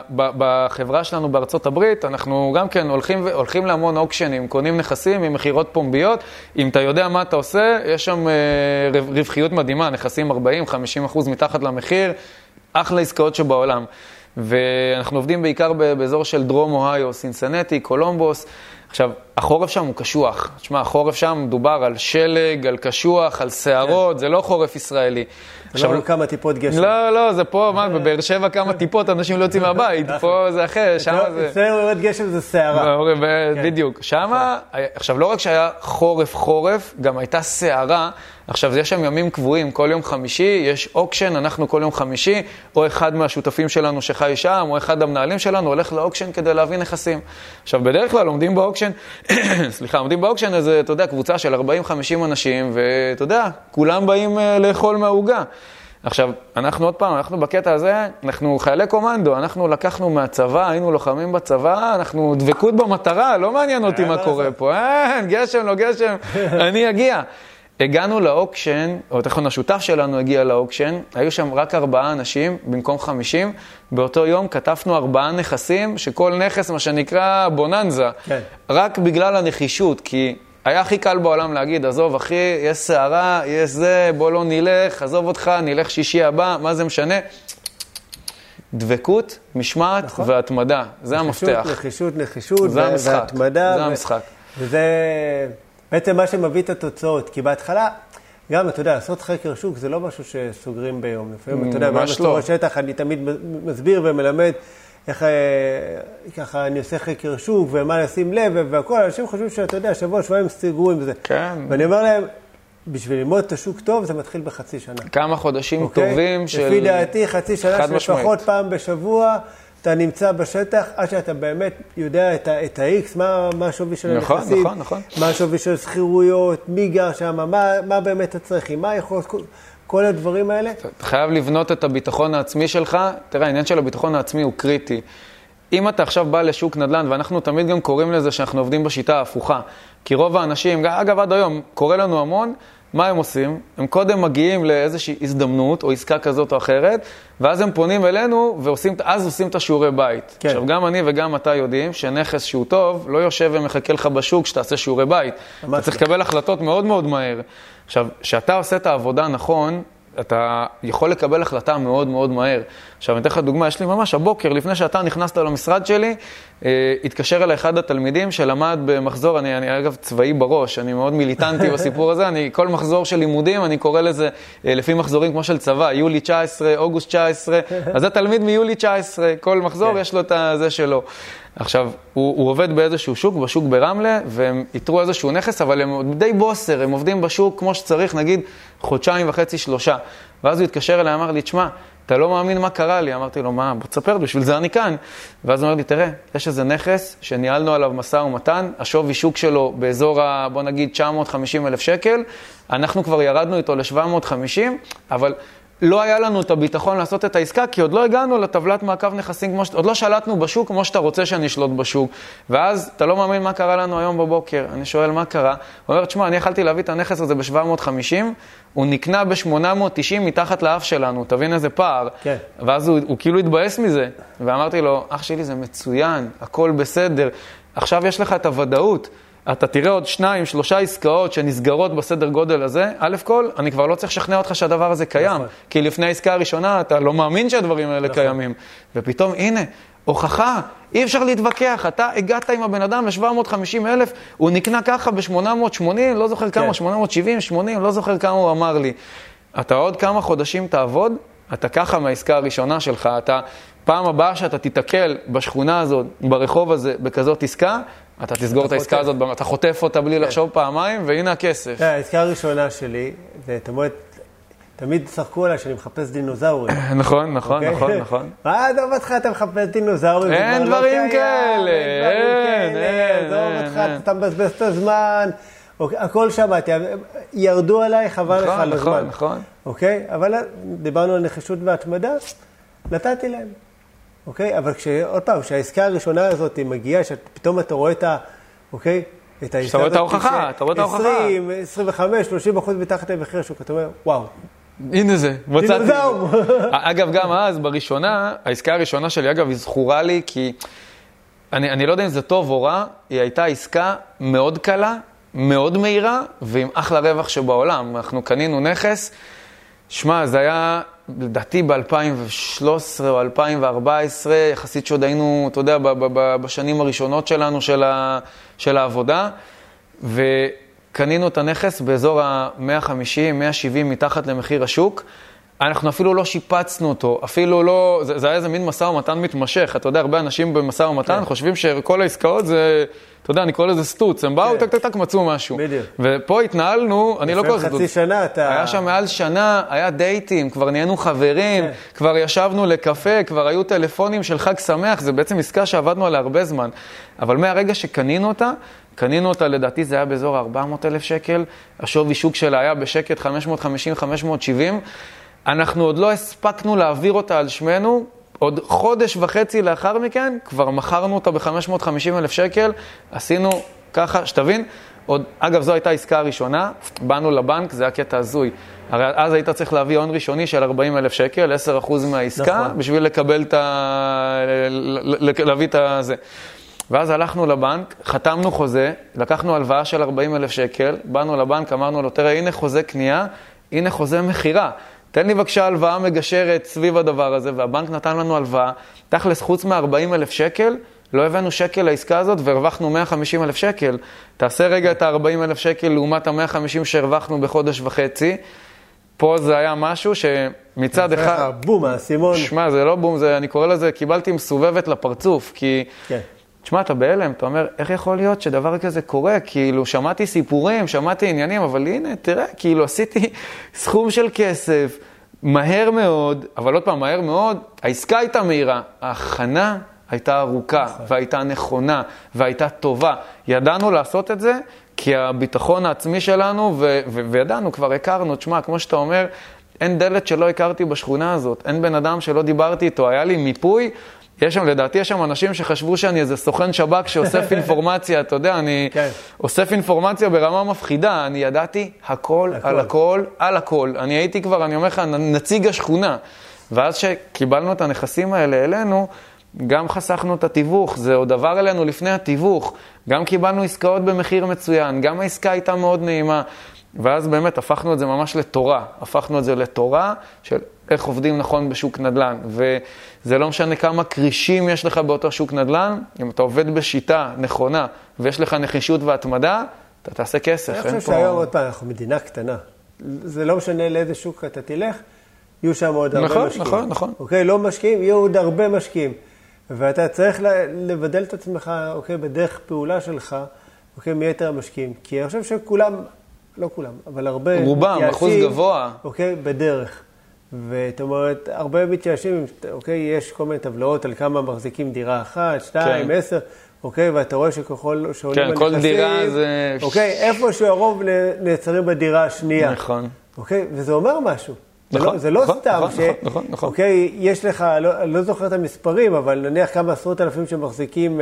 בחברה שלנו בארצות הברית, אנחנו גם כן הולכים להמון אוקשנים, קונים נכסים עם מחירות פומביות, אם אתה יודע מה אתה עושה, יש שם רווחיות מדהימה, נכסים 40-50% מתחת למחיר, אחלה עסקאות שבעולם. ואנחנו עובדים בעיקר באזור של דרום אוהיו, סינסינטי, קולומבוס. עכשיו, החורף שם הוא קשוח. תשמע, החורף שם מדובר על שלג, על קשוח, על שערות, זה לא חורף ישראלי. עכשיו, כמה טיפות גשם. לא, זה פה, מה, בבאר שבע כמה טיפות, אנשים לא יוצאים מהבית. פה זה אחר, שם זה... אצלנו יורד גשם זה שערה. בדיוק. שם, עכשיו, לא רק שהיה חורף, גם הייתה שערה. עכשיו, יש שם ימים קבועים, כל יום חמישי, יש אוקשן, אנחנו כל יום חמישי, או אחד מהשותפים שלנו שחי שם, או אחד המנהלים שלנו, הולך לאוקשן כדי להביא נכסים. עכשיו, בדרך כלל עומדים באוקשן, עומדים באוקשן איזה, אתה יודע, קבוצה של 40-50 אנשים, ואתה יודע, כולם באים לאכול מהעוגה. עכשיו, אנחנו עוד פעם, אנחנו בקטע הזה, אנחנו חיילי קומנדו, אנחנו לקחנו מהצבא, היינו לוחמים בצבא, אנחנו דבקות במטרה, לא מעניין אותי מה קורה פה, אין, גשם, לא גשם, אני אגיע. הגענו לאוקשן, או תכון השותף שלנו הגיע לאוקשן, היו שם רק 4 אנשים במקום 50, באותו יום כתבנו 4 נכסים, שכל נכס מה שנקרא בוננזה, כן. רק בגלל הנחישות, כי היה הכי קל בעולם להגיד, עזוב אחי, יש שערה, יש זה, בוא לא נלך, עזוב אותך, נלך שישי הבא, מה זה משנה? דבקות, משמעת נכון. והתמדה, זה המפתח. נחישות והתמדה. זה המשחק. וזה... בעצם מה שמביא את התוצאות, כי בהתחלה, גם, אתה יודע, לעשות חקר שוק זה לא משהו שסוגרים ביום. לפעמים, אתה יודע, במסור השטח אני תמיד מסביר ומלמד איך ככה אני עושה חקר שוק ומה לשים לב והכל. אנשים חושבים שאתה יודע, שבוע-שבועיים סגרו עם זה. כן. ואני אומר להם, בשביל ללמוד את השוק טוב, זה מתחיל בחצי שנה. כמה חודשים טובים של... לפי דעתי, חצי שנה שלפחות פעם בשבוע, אתה נמצא בשטח, עד שאתה באמת יודע את ה-X, מה השווי של הנכסים, מה השווי של סחירויות, מי גר שם, מה באמת הצרכים, מה יכול... כל הדברים האלה. אתה חייב לבנות את הביטחון העצמי שלך. תראה, העניין של הביטחון העצמי הוא קריטי. אם אתה עכשיו בא לשוק נדל"ן, ואנחנו תמיד גם קוראים לזה שאנחנו עובדים בשיטה ההפוכה, כי רוב האנשים, אגב עד היום, קורא לנו המון, מה הם עושים? הם קודם מגיעים לאיזושהי הזדמנות או עסקה כזאת או אחרת, ואז הם פונים אלינו ואז עושים את השיעורי בית. כן. עכשיו, גם אני וגם אתה יודעים שנכס שהוא טוב לא יושב ומחכה לך בשוק שתעשה שיעורי בית. אתה צריך לקבל החלטות מאוד מאוד מהר. עכשיו, כשאתה עושה את העבודה נכון, אתה יכול לקבל החלטה מאוד מאוד מהר. עכשיו, אני אתן לך דוגמה, יש לי ממש הבוקר, לפני שאתה נכנסת למשרד שלי, התקשר אליי אחד התלמידים שלמד במחזור, אני אגב צבאי בראש, אני מאוד מיליטנטי בסיפור הזה, כל מחזור של לימודים, אני קורא לזה לפי מחזורים כמו של צבא, יולי 19, אוגוסט 19, אז זה תלמיד מיולי 19, כל מחזור יש לו את זה שלו. עכשיו, הוא עובד באיזשהו שוק, בשוק ברמלה, והם יתרו איזשהו נכס, אבל הם די בוסר, הם עובדים בשוק כמו שצריך, נגיד, חודשיים וחצי, 3. ואז הוא התקשר אליי, אמר לי, תשמע, אתה לא מאמין מה קרה לי. אמרתי לו, מה, בוא תספר, בשביל זה אני כאן. ואז הוא אומר לי, תראה, יש איזה נכס שניהלנו עליו משא ומתן, השווי שוק שלו באזור, בוא נגיד, 950,000 שקל, אנחנו כבר ירדנו איתו ל-750, אבל לא היה לנו את הביטחון לעשות את העסקה, כי עוד לא הגענו לטבלת מעקב נכסים, עוד לא שלטנו בשוק כמו שאתה רוצה שאני אשלוט בשוק. ואז אתה לא מאמין מה קרה לנו היום בבוקר. אני שואל מה קרה. הוא אומר, תשמע, אני יכלתי להביא את הנכס הזה ב-750, הוא נקנה ב-890 מתחת לאף שלנו, תבין איזה פער. כן. ואז הוא כאילו התבאס מזה. ואמרתי לו, אח שלי, זה מצוין, הכל בסדר. עכשיו יש לך את הוודאות. אתה תראה עוד 2-3 עסקאות שנסגרות בסדר גודל הזה, א' כל, אני כבר לא צריך לשכנע אותך שהדבר הזה קיים, נכון. כי לפני העסקה הראשונה אתה לא מאמין שהדברים האלה נכון. קיימים, ופתאום הנה, הוכחה, אי אפשר להתווכח, אתה הגעת עם הבן אדם ל-750,000, הוא נקנה ככה ב-880, לא זוכר כמה, 870, 80, לא זוכר כמה הוא אמר לי. אתה עוד כמה חודשים תעבוד, אתה ככה מהעסקה הראשונה שלך, אתה פעם הבאה שאתה תתקל בשכונה הזאת, ברחוב הזה, בכזאת עסקה, אתה תסגור את העסקה הזאת, אתה חוטף אותה בלי לחשוב פעמיים, והנה הכסף. העסקה הראשונה שלי, זה תמיד צחקו עליי שאני מחפש דינוזאורים. נכון, נכון, נכון, נכון. מה עזוב אותך, אתה מחפש דינוזאורים? אין דברים כאלה, אין. עזוב אותך, אתה מבזבז את הזמן, הכל שמעתי, ירדו עליי, חבל לך על הזמן. נכון, נכון. אוקיי? אבל דיברנו על נחישות והתמדה, נתתי להם. אוקיי? אבל עוד פעם, כשהעסקה הראשונה הזאת מגיעה, שפתאום אתה רואה את אוקיי? את העסקה הזאת, אתה רואה את ההוכחה. 20, 25, 30% מתחת למחיר שוק, אתה אומר, וואו. הנה זה, מצאתי. אגב, גם אז, בראשונה, העסקה הראשונה שלי, אגב, היא זכורה לי, כי אני לא יודע אם זה טוב או רע, היא הייתה עסקה מאוד קלה, מאוד מהירה, ועם אחלה רווח שבעולם. אנחנו קנינו נכס, שמע, זה היה לדעתי ב-2013 או 2014, יחסית שעוד היינו, אתה יודע, בשנים הראשונות שלנו של העבודה, וקנינו את הנכס באזור ה-150, 170 מתחת למחיר השוק. אנחנו אפילו לא שיפצנו אותו, אפילו לא, זה היה איזה מין מסע ומתן מתמשך. אתה יודע, הרבה אנשים במסע ומתן חושבים שכל העסקאות זה, אתה יודע, אני קורא לזה סטוץ, הם באו, טק, מצאו משהו. בדיוק. ופה התנהלנו, אני לא קורא לזה סטוץ. חצי שנה אתה... היה שם מעל שנה, היה דייטים, כבר נהיינו חברים, כבר ישבנו לקפה, כבר היו טלפונים של חג שמח, זה בעצם עסקה שעבדנו עליה הרבה זמן. אבל מהרגע שקנינו אותה, לדעתי זה היה באזור 400,000 שקל, השווי שוק שלה היה בשקט 550, 570, אנחנו עוד לא הספקנו להעביר אותה על שמנו, עוד חודש וחצי לאחר מכן, כבר מכרנו אותה ב-550,000 שקל, עשינו ככה, שתבין, אגב, זו הייתה העסקה הראשונה, באנו לבנק, זה היה קטע הזוי. הרי אז היית צריך להביא הון ראשוני של 40,000 שקל, 10% מהעסקה, נכון. בשביל לקבל להביא את זה. ואז הלכנו לבנק, חתמנו חוזה, לקחנו הלוואה של 40,000 שקל, באנו לבנק, אמרנו לו, תראה, הנה חוזה קנייה, הנה חוזה מחירה. תן לי בבקשה הלוואה מגשרת סביב הדבר הזה, והבנק נתן לנו הלוואה, תכלס חוץ מ-40,000 שקל, לא הבאנו שקל לעסקה הזאת, והרווחנו 150,000 שקל. תעשה רגע את ה-40,000 שקל לעומת ה-150 שהרווחנו בחודש וחצי. פה זה היה משהו שמצד אחד... בום, הסימון. שמע, זה לא בום, אני קורא לזה, קיבלתי מסובבת לפרצוף, כי... כן. תשמע, אתה בהלם, אתה אומר, איך יכול להיות שדבר כזה קורה? כאילו, שמעתי סיפורים, שמעתי עניינים, אבל הנה, תראה, כאילו, עשיתי סכום של כסף, מהר מאוד, אבל עוד פעם, מהר מאוד, העסקה הייתה מהירה, ההכנה הייתה ארוכה, והייתה נכונה, והייתה טובה. ידענו לעשות את זה, כי הביטחון העצמי שלנו, וידענו, כבר הכרנו, תשמע, כמו שאתה אומר, אין דלת שלא הכרתי בשכונה הזאת, אין בן אדם שלא דיברתי איתו, היה לי מיפוי, לדעתי יש שם אנשים שחשבו שאני איזה סוכן שב"כ שאוסף אינפורמציה, אתה יודע, אני אוסף אינפורמציה ברמה מפחידה, אני ידעתי הכל, על הכל, על הכל. אני הייתי כבר, אני אומר לך, נציג השכונה. ואז שקיבלנו את הנכסים האלה אלינו, גם חסכנו את התיווך, זה עוד דבר אלינו לפני התיווך, גם קיבלנו עסקאות במחיר מצוין, גם העסקה הייתה מאוד נעימה, ואז באמת הפכנו את זה ממש לתורה, הפכנו את זה לתורה של איך עובדים נכון בשוק נדל"ן, וזה לא משנה כמה קרישים יש לך באותו שוק נדל"ן, אם אתה עובד בשיטה נכונה, ויש לך נחישות והתמדה, אתה תעשה כסף. אני חושב שהיום עוד פעם, אנחנו מדינה קטנה, זה לא משנה לאיזה שוק אתה תלך, יהיו שם עוד הרבה משקיעים. נכון. אוקיי, לא משקיעים, יהיו עוד הרבה משקיעים. ואתה צריך לבדל את עצמך, אוקיי, בדרך פעולה שלך, אוקיי, מיתר המשקיעים. כי אני חושב שכולם, לא כולם, אבל הרבה רובם, אחוז גבוה. אוקיי, בדרך. זאת אומרת, הרבה מתייאשים, אוקיי, יש כל מיני טבלאות על כמה מחזיקים דירה אחת, 2, 10, אוקיי, ואתה רואה שככל שעולים בנכסים, כל דירה זה... אוקיי, איפשהו הרוב נעצרים בדירה השנייה. נכון. אוקיי, וזה אומר משהו. נכון, זה לא נכון, סתם נכון. אוקיי, יש לך, לא זוכר את המספרים, אבל נניח כמה עשרות אלפים שמחזיקים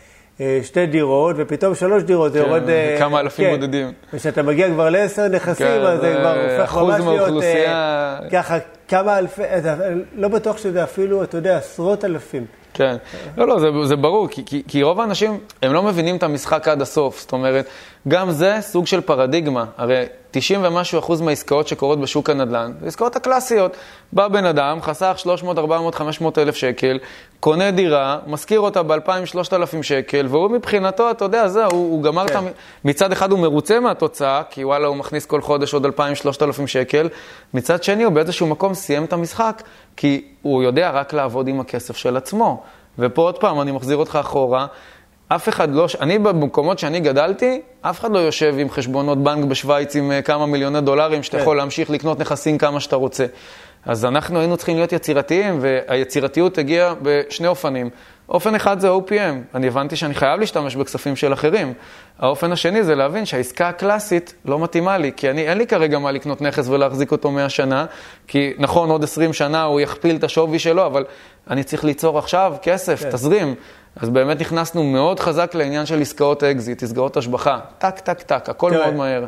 2 דירות, ופתאום 3 דירות, זה יורד... כמה אלפים בודדים. ושאתה מגיע כבר ל10 נכסים, אז זה כבר הופך ממש להיות... ככה, כמה אלפי... לא בטוח שזה אפילו, אתה יודע, עשרות אלפים. כן. לא, זה ברור, כי רוב האנשים, הם לא מבינים את המשחק עד הסוף. זאת אומרת, גם זה סוג של פרדיגמה. הרי 90% ומשהו מהעסקאות שקורות בשוק הנדל"ן, זה עסקאות הקלאסיות. בא בן אדם, חסך 300, 400, 500 אלף שקל, קונה דירה, מזכיר אותה ב-2,000, 3,000 שקל, והוא מבחינתו, אתה יודע, הוא גמר את... מצד אחד הוא מרוצה מהתוצאה, כי וואלה, הוא מכניס כל חודש עוד 2,000, 3,000 שקל. מצד שני, הוא באיזשהו מקום סיים את המשחק, כי הוא יודע רק לעבוד עם הכסף של עצמו. ופה עוד פעם, אני מחזיר אותך אחורה, אף אחד לא, אני במקומות שאני גדלתי, אף אחד לא יושב עם חשבונות בנק בשוויץ עם כמה מיליוני דולרים, שאתה יכול להמשיך לקנות נכסים כמה שאתה רוצה. אז אנחנו היינו צריכים להיות יצירתיים, והיצירתיות הגיעה בשני אופנים. אופן אחד זה OPM, אני הבנתי שאני חייב להשתמש בכספים של אחרים. האופן השני זה להבין שהעסקה הקלאסית לא מתאימה לי, כי אין לי כרגע מה לקנות נכס ולהחזיק אותו 100 שנה, כי נכון, עוד 20 שנה הוא יכפיל את השווי שלו, אבל אני צריך ליצור עכשיו כסף, תזרים. אז באמת נכנסנו מאוד חזק לעניין של עסקאות אקזיט, עסקאות השבחה. טק, טק, טק, הכל מאוד מהר.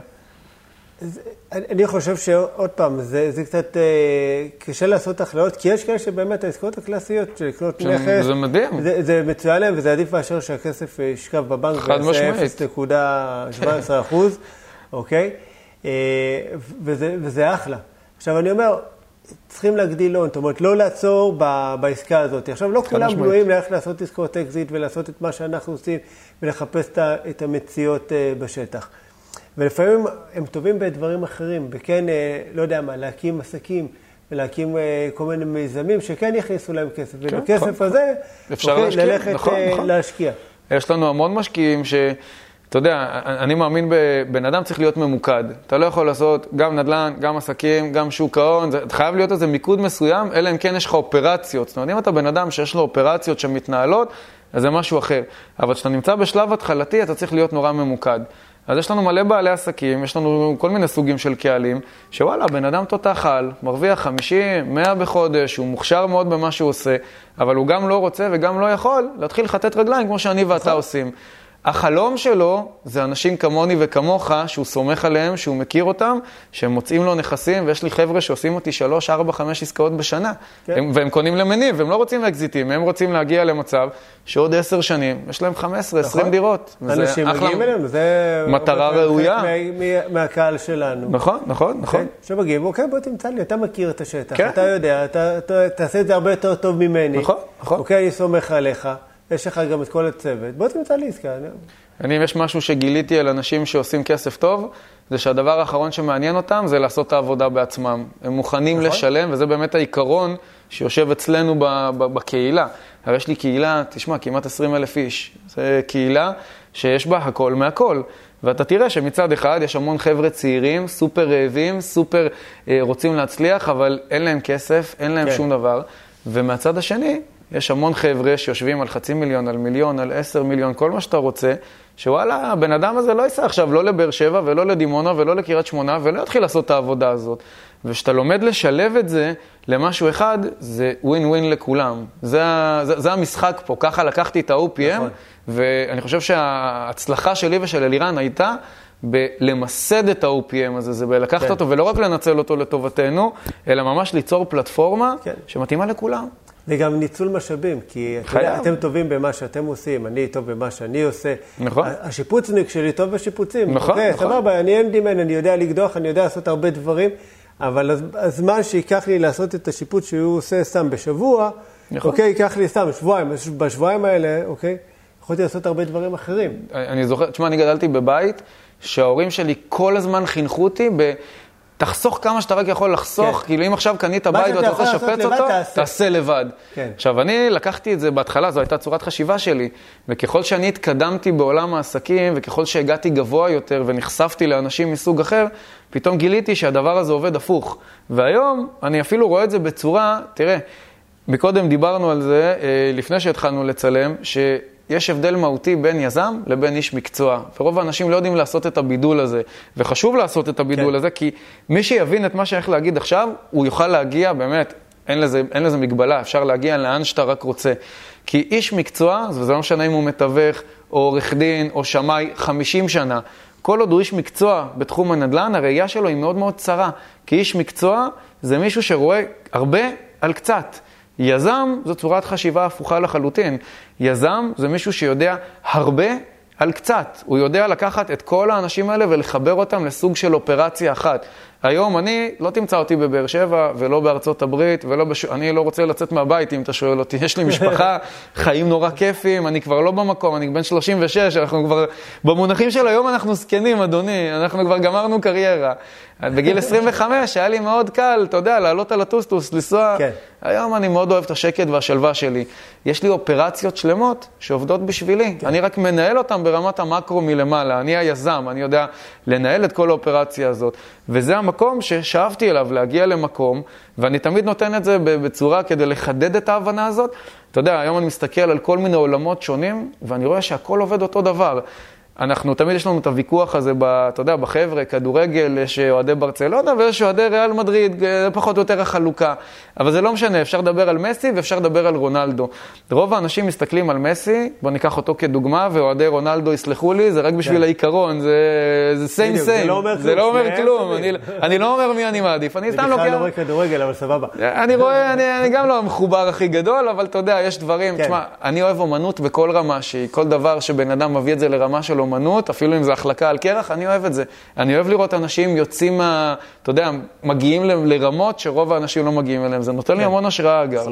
אני חושב שעוד פעם, זה קצת קשה לעשות הכללות, כי יש כאלה שבאמת העסקאות הקלאסיות של לקנות נכס, זה מדהים. זה מצוין להם, וזה עדיף מאשר שהכסף ישכב בבנק, חד משמעית. 0.17%, אוקיי? וזה אחלה. עכשיו אני אומר, צריכים להגדיל הון, זאת אומרת, לא לעצור בעסקה הזאת. עכשיו, לא כולם בנויים ללכת לעשות עסקאות אקזיט ולעשות את מה שאנחנו עושים ולחפש את המציאות בשטח. ולפעמים הם טובים בדברים אחרים, וכן, לא יודע מה, להקים עסקים ולהקים כל מיני מיזמים שכן יכניסו להם כסף. ובכסף הזה, ללכת להשקיע. יש לנו המון משקיעים ש... אתה יודע, אני מאמין בבן אדם צריך להיות ממוקד. אתה לא יכול לעשות גם נדל"ן, גם עסקים, גם שוק ההון. אתה חייב להיות איזה מיקוד מסוים, אלא אם כן יש לך אופרציות. זאת אומרת, אם אתה בן אדם שיש לו אופרציות שמתנהלות, אז זה משהו אחר. אבל כשאתה נמצא בשלב התחלתי, אתה צריך להיות נורא ממוקד. אז יש לנו מלא בעלי עסקים, יש לנו כל מיני סוגים של קהלים, שוואלה, בן אדם תותח על, מרוויח 50, 100 בחודש, הוא מוכשר מאוד במה שהוא עושה, אבל הוא גם לא רוצה וגם לא יכול להתחיל לחטט רגליים כמו שאני ואתה עושים. החלום שלו זה אנשים כמוני וכמוך, שהוא סומך עליהם, שהוא מכיר אותם, שהם מוצאים לו נכסים, ויש לי חבר'ה שעושים אותי 3, 4, 5 עסקאות בשנה. כן. והם קונים למניב, והם לא רוצים אקזיטים, הם רוצים להגיע למצב שעוד 10 שנים, יש להם 15, 20 דירות. אנשים מגיעים אלינו, זה... מטרה ראויה. מהקהל שלנו. נכון. שמגיעים, אוקיי, בוא תמצא לי, אתה מכיר את השטח, אתה יודע, תעשה את זה הרבה יותר טוב ממני. נכון. אוקיי, אני סומך עליך. יש לך גם את כל הצוות. בוא תמצא לי עסקה. אם יש משהו שגיליתי על אנשים שעושים כסף טוב, זה שהדבר האחרון שמעניין אותם זה לעשות את העבודה בעצמם. הם מוכנים לשלם, וזה באמת העיקרון שיושב אצלנו בקהילה. הרי יש לי קהילה, תשמע, כמעט 20,000 איש. זה קהילה שיש בה הכל מהכל. ואתה תראה שמצד אחד יש המון חבר'ה צעירים, סופר רעבים, סופר רוצים להצליח, אבל אין להם כסף, אין להם שום דבר. ומהצד השני, יש המון חבר'ה שיושבים על 500,000, על 1,000,000, על 10 מיליון, כל מה שאתה רוצה, שוואלה, הבן אדם הזה לא ייסע עכשיו לא לבאר שבע ולא לדימונה ולא לקריית שמונה, ולא יתחיל לעשות את העבודה הזאת. ושאתה לומד לשלב את זה, למשהו אחד, זה ווין ווין לכולם. זה המשחק פה. ככה לקחתי את ה-OPM, ואני חושב שההצלחה שלי ושל אלירן הייתה בלמסד את ה-OPM הזה, זה בלקחת אותו, ולא רק לנצל אותו לטובתנו, אלא ממש ליצור פלטפורמה שמתאימה לכולם. וגם ניצול משאבים, כי אתם טובים במה שאתם עושים, אני טוב במה שאני עושה. נכון. השיפוצניק שלי טוב בשיפוצים. נכון, נכון. סבבה, אני הנדימן, אני יודע לקדוח, אני יודע לעשות הרבה דברים, אבל הזמן שיקח לי לעשות את השיפוץ שהוא עושה סתם בשבוע, אוקיי, ייקח לי סתם שבועיים, בשבועיים האלה, אוקיי, יכולתי לעשות הרבה דברים אחרים. אני זוכר, תשמע, אני גדלתי בבית, שההורים שלי כל הזמן חינכו אותי תחסוך כמה שאתה רק יכול לחסוך, כאילו אם עכשיו קנית בית ואתה רוצה לשפץ אותו, תעשה לבד. עכשיו, אני לקחתי את זה בהתחלה, זו הייתה צורת חשיבה שלי, וככל שאני התקדמתי בעולם העסקים, וככל שהגעתי גבוה יותר ונחשפתי לאנשים מסוג אחר, פתאום גיליתי שהדבר הזה עובד הפוך. והיום אני אפילו רואה את זה בצורה, תראה, מקודם דיברנו על זה, לפני שהתחלנו לצלם, יש הבדל מהותי בין יזם לבין איש מקצוע, ורוב האנשים לא יודעים לעשות את הבידול הזה, וחשוב לעשות את הבידול הזה, כי מי שיבין את מה שאני הולך להגיד עכשיו, הוא יוכל להגיע, באמת, אין לזה מגבלה, אפשר להגיע לאן שאתה רק רוצה. כי איש מקצוע, וזה לא משנה אם הוא מתווך, או עורך דין, או שמאי, 50 שנה, כל עוד הוא איש מקצוע בתחום הנדל"ן, הראייה שלו היא מאוד מאוד צרה, כי איש מקצוע זה מישהו שרואה הרבה על קצת. יזם זו צורת חשיבה הפוכה לחלוטין. יזם זה מישהו שיודע הרבה על קצת. הוא יודע לקחת את כל האנשים האלה ולחבר אותם לסוג של אופרציה אחת. היום אני, לא תמצא אותי בבאר שבע ולא בארצות הברית, אני לא רוצה לצאת מהבית אם אתה שואל אותי. יש לי משפחה, חיים נורא כיפים, אני כבר לא במקום, אני בן 36, אנחנו כבר, במונחים של היום אנחנו זקנים, אדוני, אנחנו כבר גמרנו קריירה. בגיל 25 היה לי מאוד קל, אתה יודע, לעלות על הטוסטוס, לנסוע. כן. היום אני מאוד אוהב את השקט והשלווה שלי. יש לי אופרציות שלמות שעובדות בשבילי. כן. אני רק מנהל אותם ברמת המקרו מלמעלה. אני היזם, אני יודע לנהל את כל האופרציה הזאת. וזה המקום ששאפתי אליו, להגיע למקום, ואני תמיד נותן את זה בצורה כדי לחדד את ההבנה הזאת. אתה יודע, היום אני מסתכל על כל מיני עולמות שונים, ואני רואה שהכל עובד אותו דבר. תמיד יש לנו את הוויכוח הזה, אתה יודע, בחבר'ה, כדורגל, יש אוהדי ברצלונה ויש אוהדי ריאל מדריד, פחות או יותר החלוקה. אבל זה לא משנה, אפשר לדבר על מסי ואפשר לדבר על רונלדו. רוב האנשים מסתכלים על מסי, בוא ניקח אותו כדוגמה, ואוהדי רונלדו יסלחו לי, זה רק בשביל העיקרון, זה סיים סיים. זה לא אומר כלום, אני לא אומר מי אני מעדיף. אני בכלל לא רואה כדורגל, אבל סבבה. אני גם לא המחובר הכי גדול, אבל אתה יודע, יש דברים, תשמע, אני אוהב אומנות בכל רמה, שכל דבר שבן אדם מביא את זה לרמה של אומנות, אפילו אם זה החלקה על קרח, אני אוהב את זה. אני אוהב לראות אנשים יוצאים, אתה יודע, מגיעים לרמות שרוב האנשים לא מגיעים אליהם. זה נותן לי המון השראה, אגב.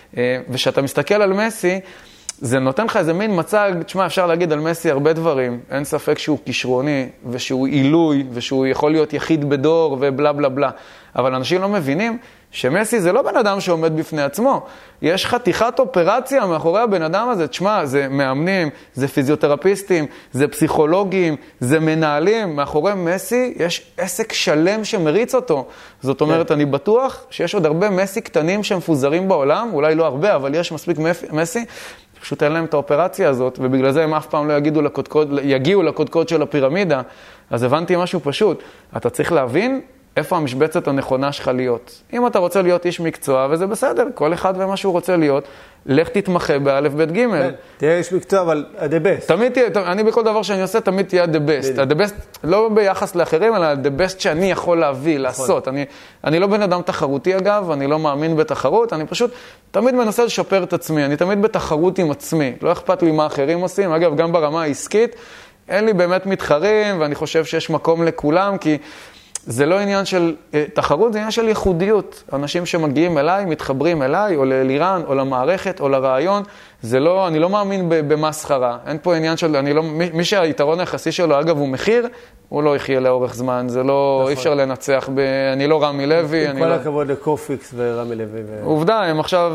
ושאתה מסתכל על מסי, זה נותן לך איזה מין מצג, תשמע, אפשר להגיד על מסי הרבה דברים. אין ספק שהוא כישרוני, ושהוא עילוי, ושהוא יכול להיות יחיד בדור, ובלה בלה בלה. אבל אנשים לא מבינים שמסי זה לא בן אדם שעומד בפני עצמו. יש חתיכת אופרציה מאחורי הבן אדם הזה. תשמע, זה מאמנים, זה פיזיותרפיסטים, זה פסיכולוגים, זה מנהלים. מאחורי מסי יש עסק שלם שמריץ אותו. זאת אומרת, אני בטוח שיש עוד הרבה מסי קטנים שמפוזרים בעולם, אולי לא הרבה, אבל יש מספיק מסי, פשוט אין להם את האופרציה הזאת, ובגלל זה הם אף פעם לא יגיעו לקודקוד של הפירמידה. אז הבנתי משהו פשוט. אתה צריך להבין איפה המשבצת הנכונה שלך להיות. אם אתה רוצה להיות איש מקצוע, וזה בסדר, כל אחד ומה שהוא רוצה להיות, לך תתמחה באלף בית ג'. תהיה איש מקצוע, אבל the best. אני בכל דבר שאני עושה, תמיד תהיה the best. the best לא ביחס לאחרים, אלא the best שאני יכול להביא, לעשות. אני לא בן אדם תחרותי אגב, אני לא מאמין בתחרות, אני פשוט תמיד מנסה לשפר את עצמי, אני תמיד בתחרות עם עצמי. לא אכפת לי מה אחרים עושים. אגב, גם ברמה העסקית, אין לי באמת מתחרים, ואני חושב שיש מקום לכולם, כי זה לא עניין של תחרות, זה עניין של ייחודיות. אנשים שמגיעים אליי, מתחברים אליי, או לאלירן, או למערכת, או לרעיון, אני לא מאמין במסחרה. אין פה עניין של, מי שהיתרון היחסי שלו, אגב, הוא מחיר, הוא לא יחיה לאורך זמן, זה לא, אי אפשר לנצח, אני לא רמי לוי. עם כל הכבוד לקופיקס ורמי לוי. עובדה, הם עכשיו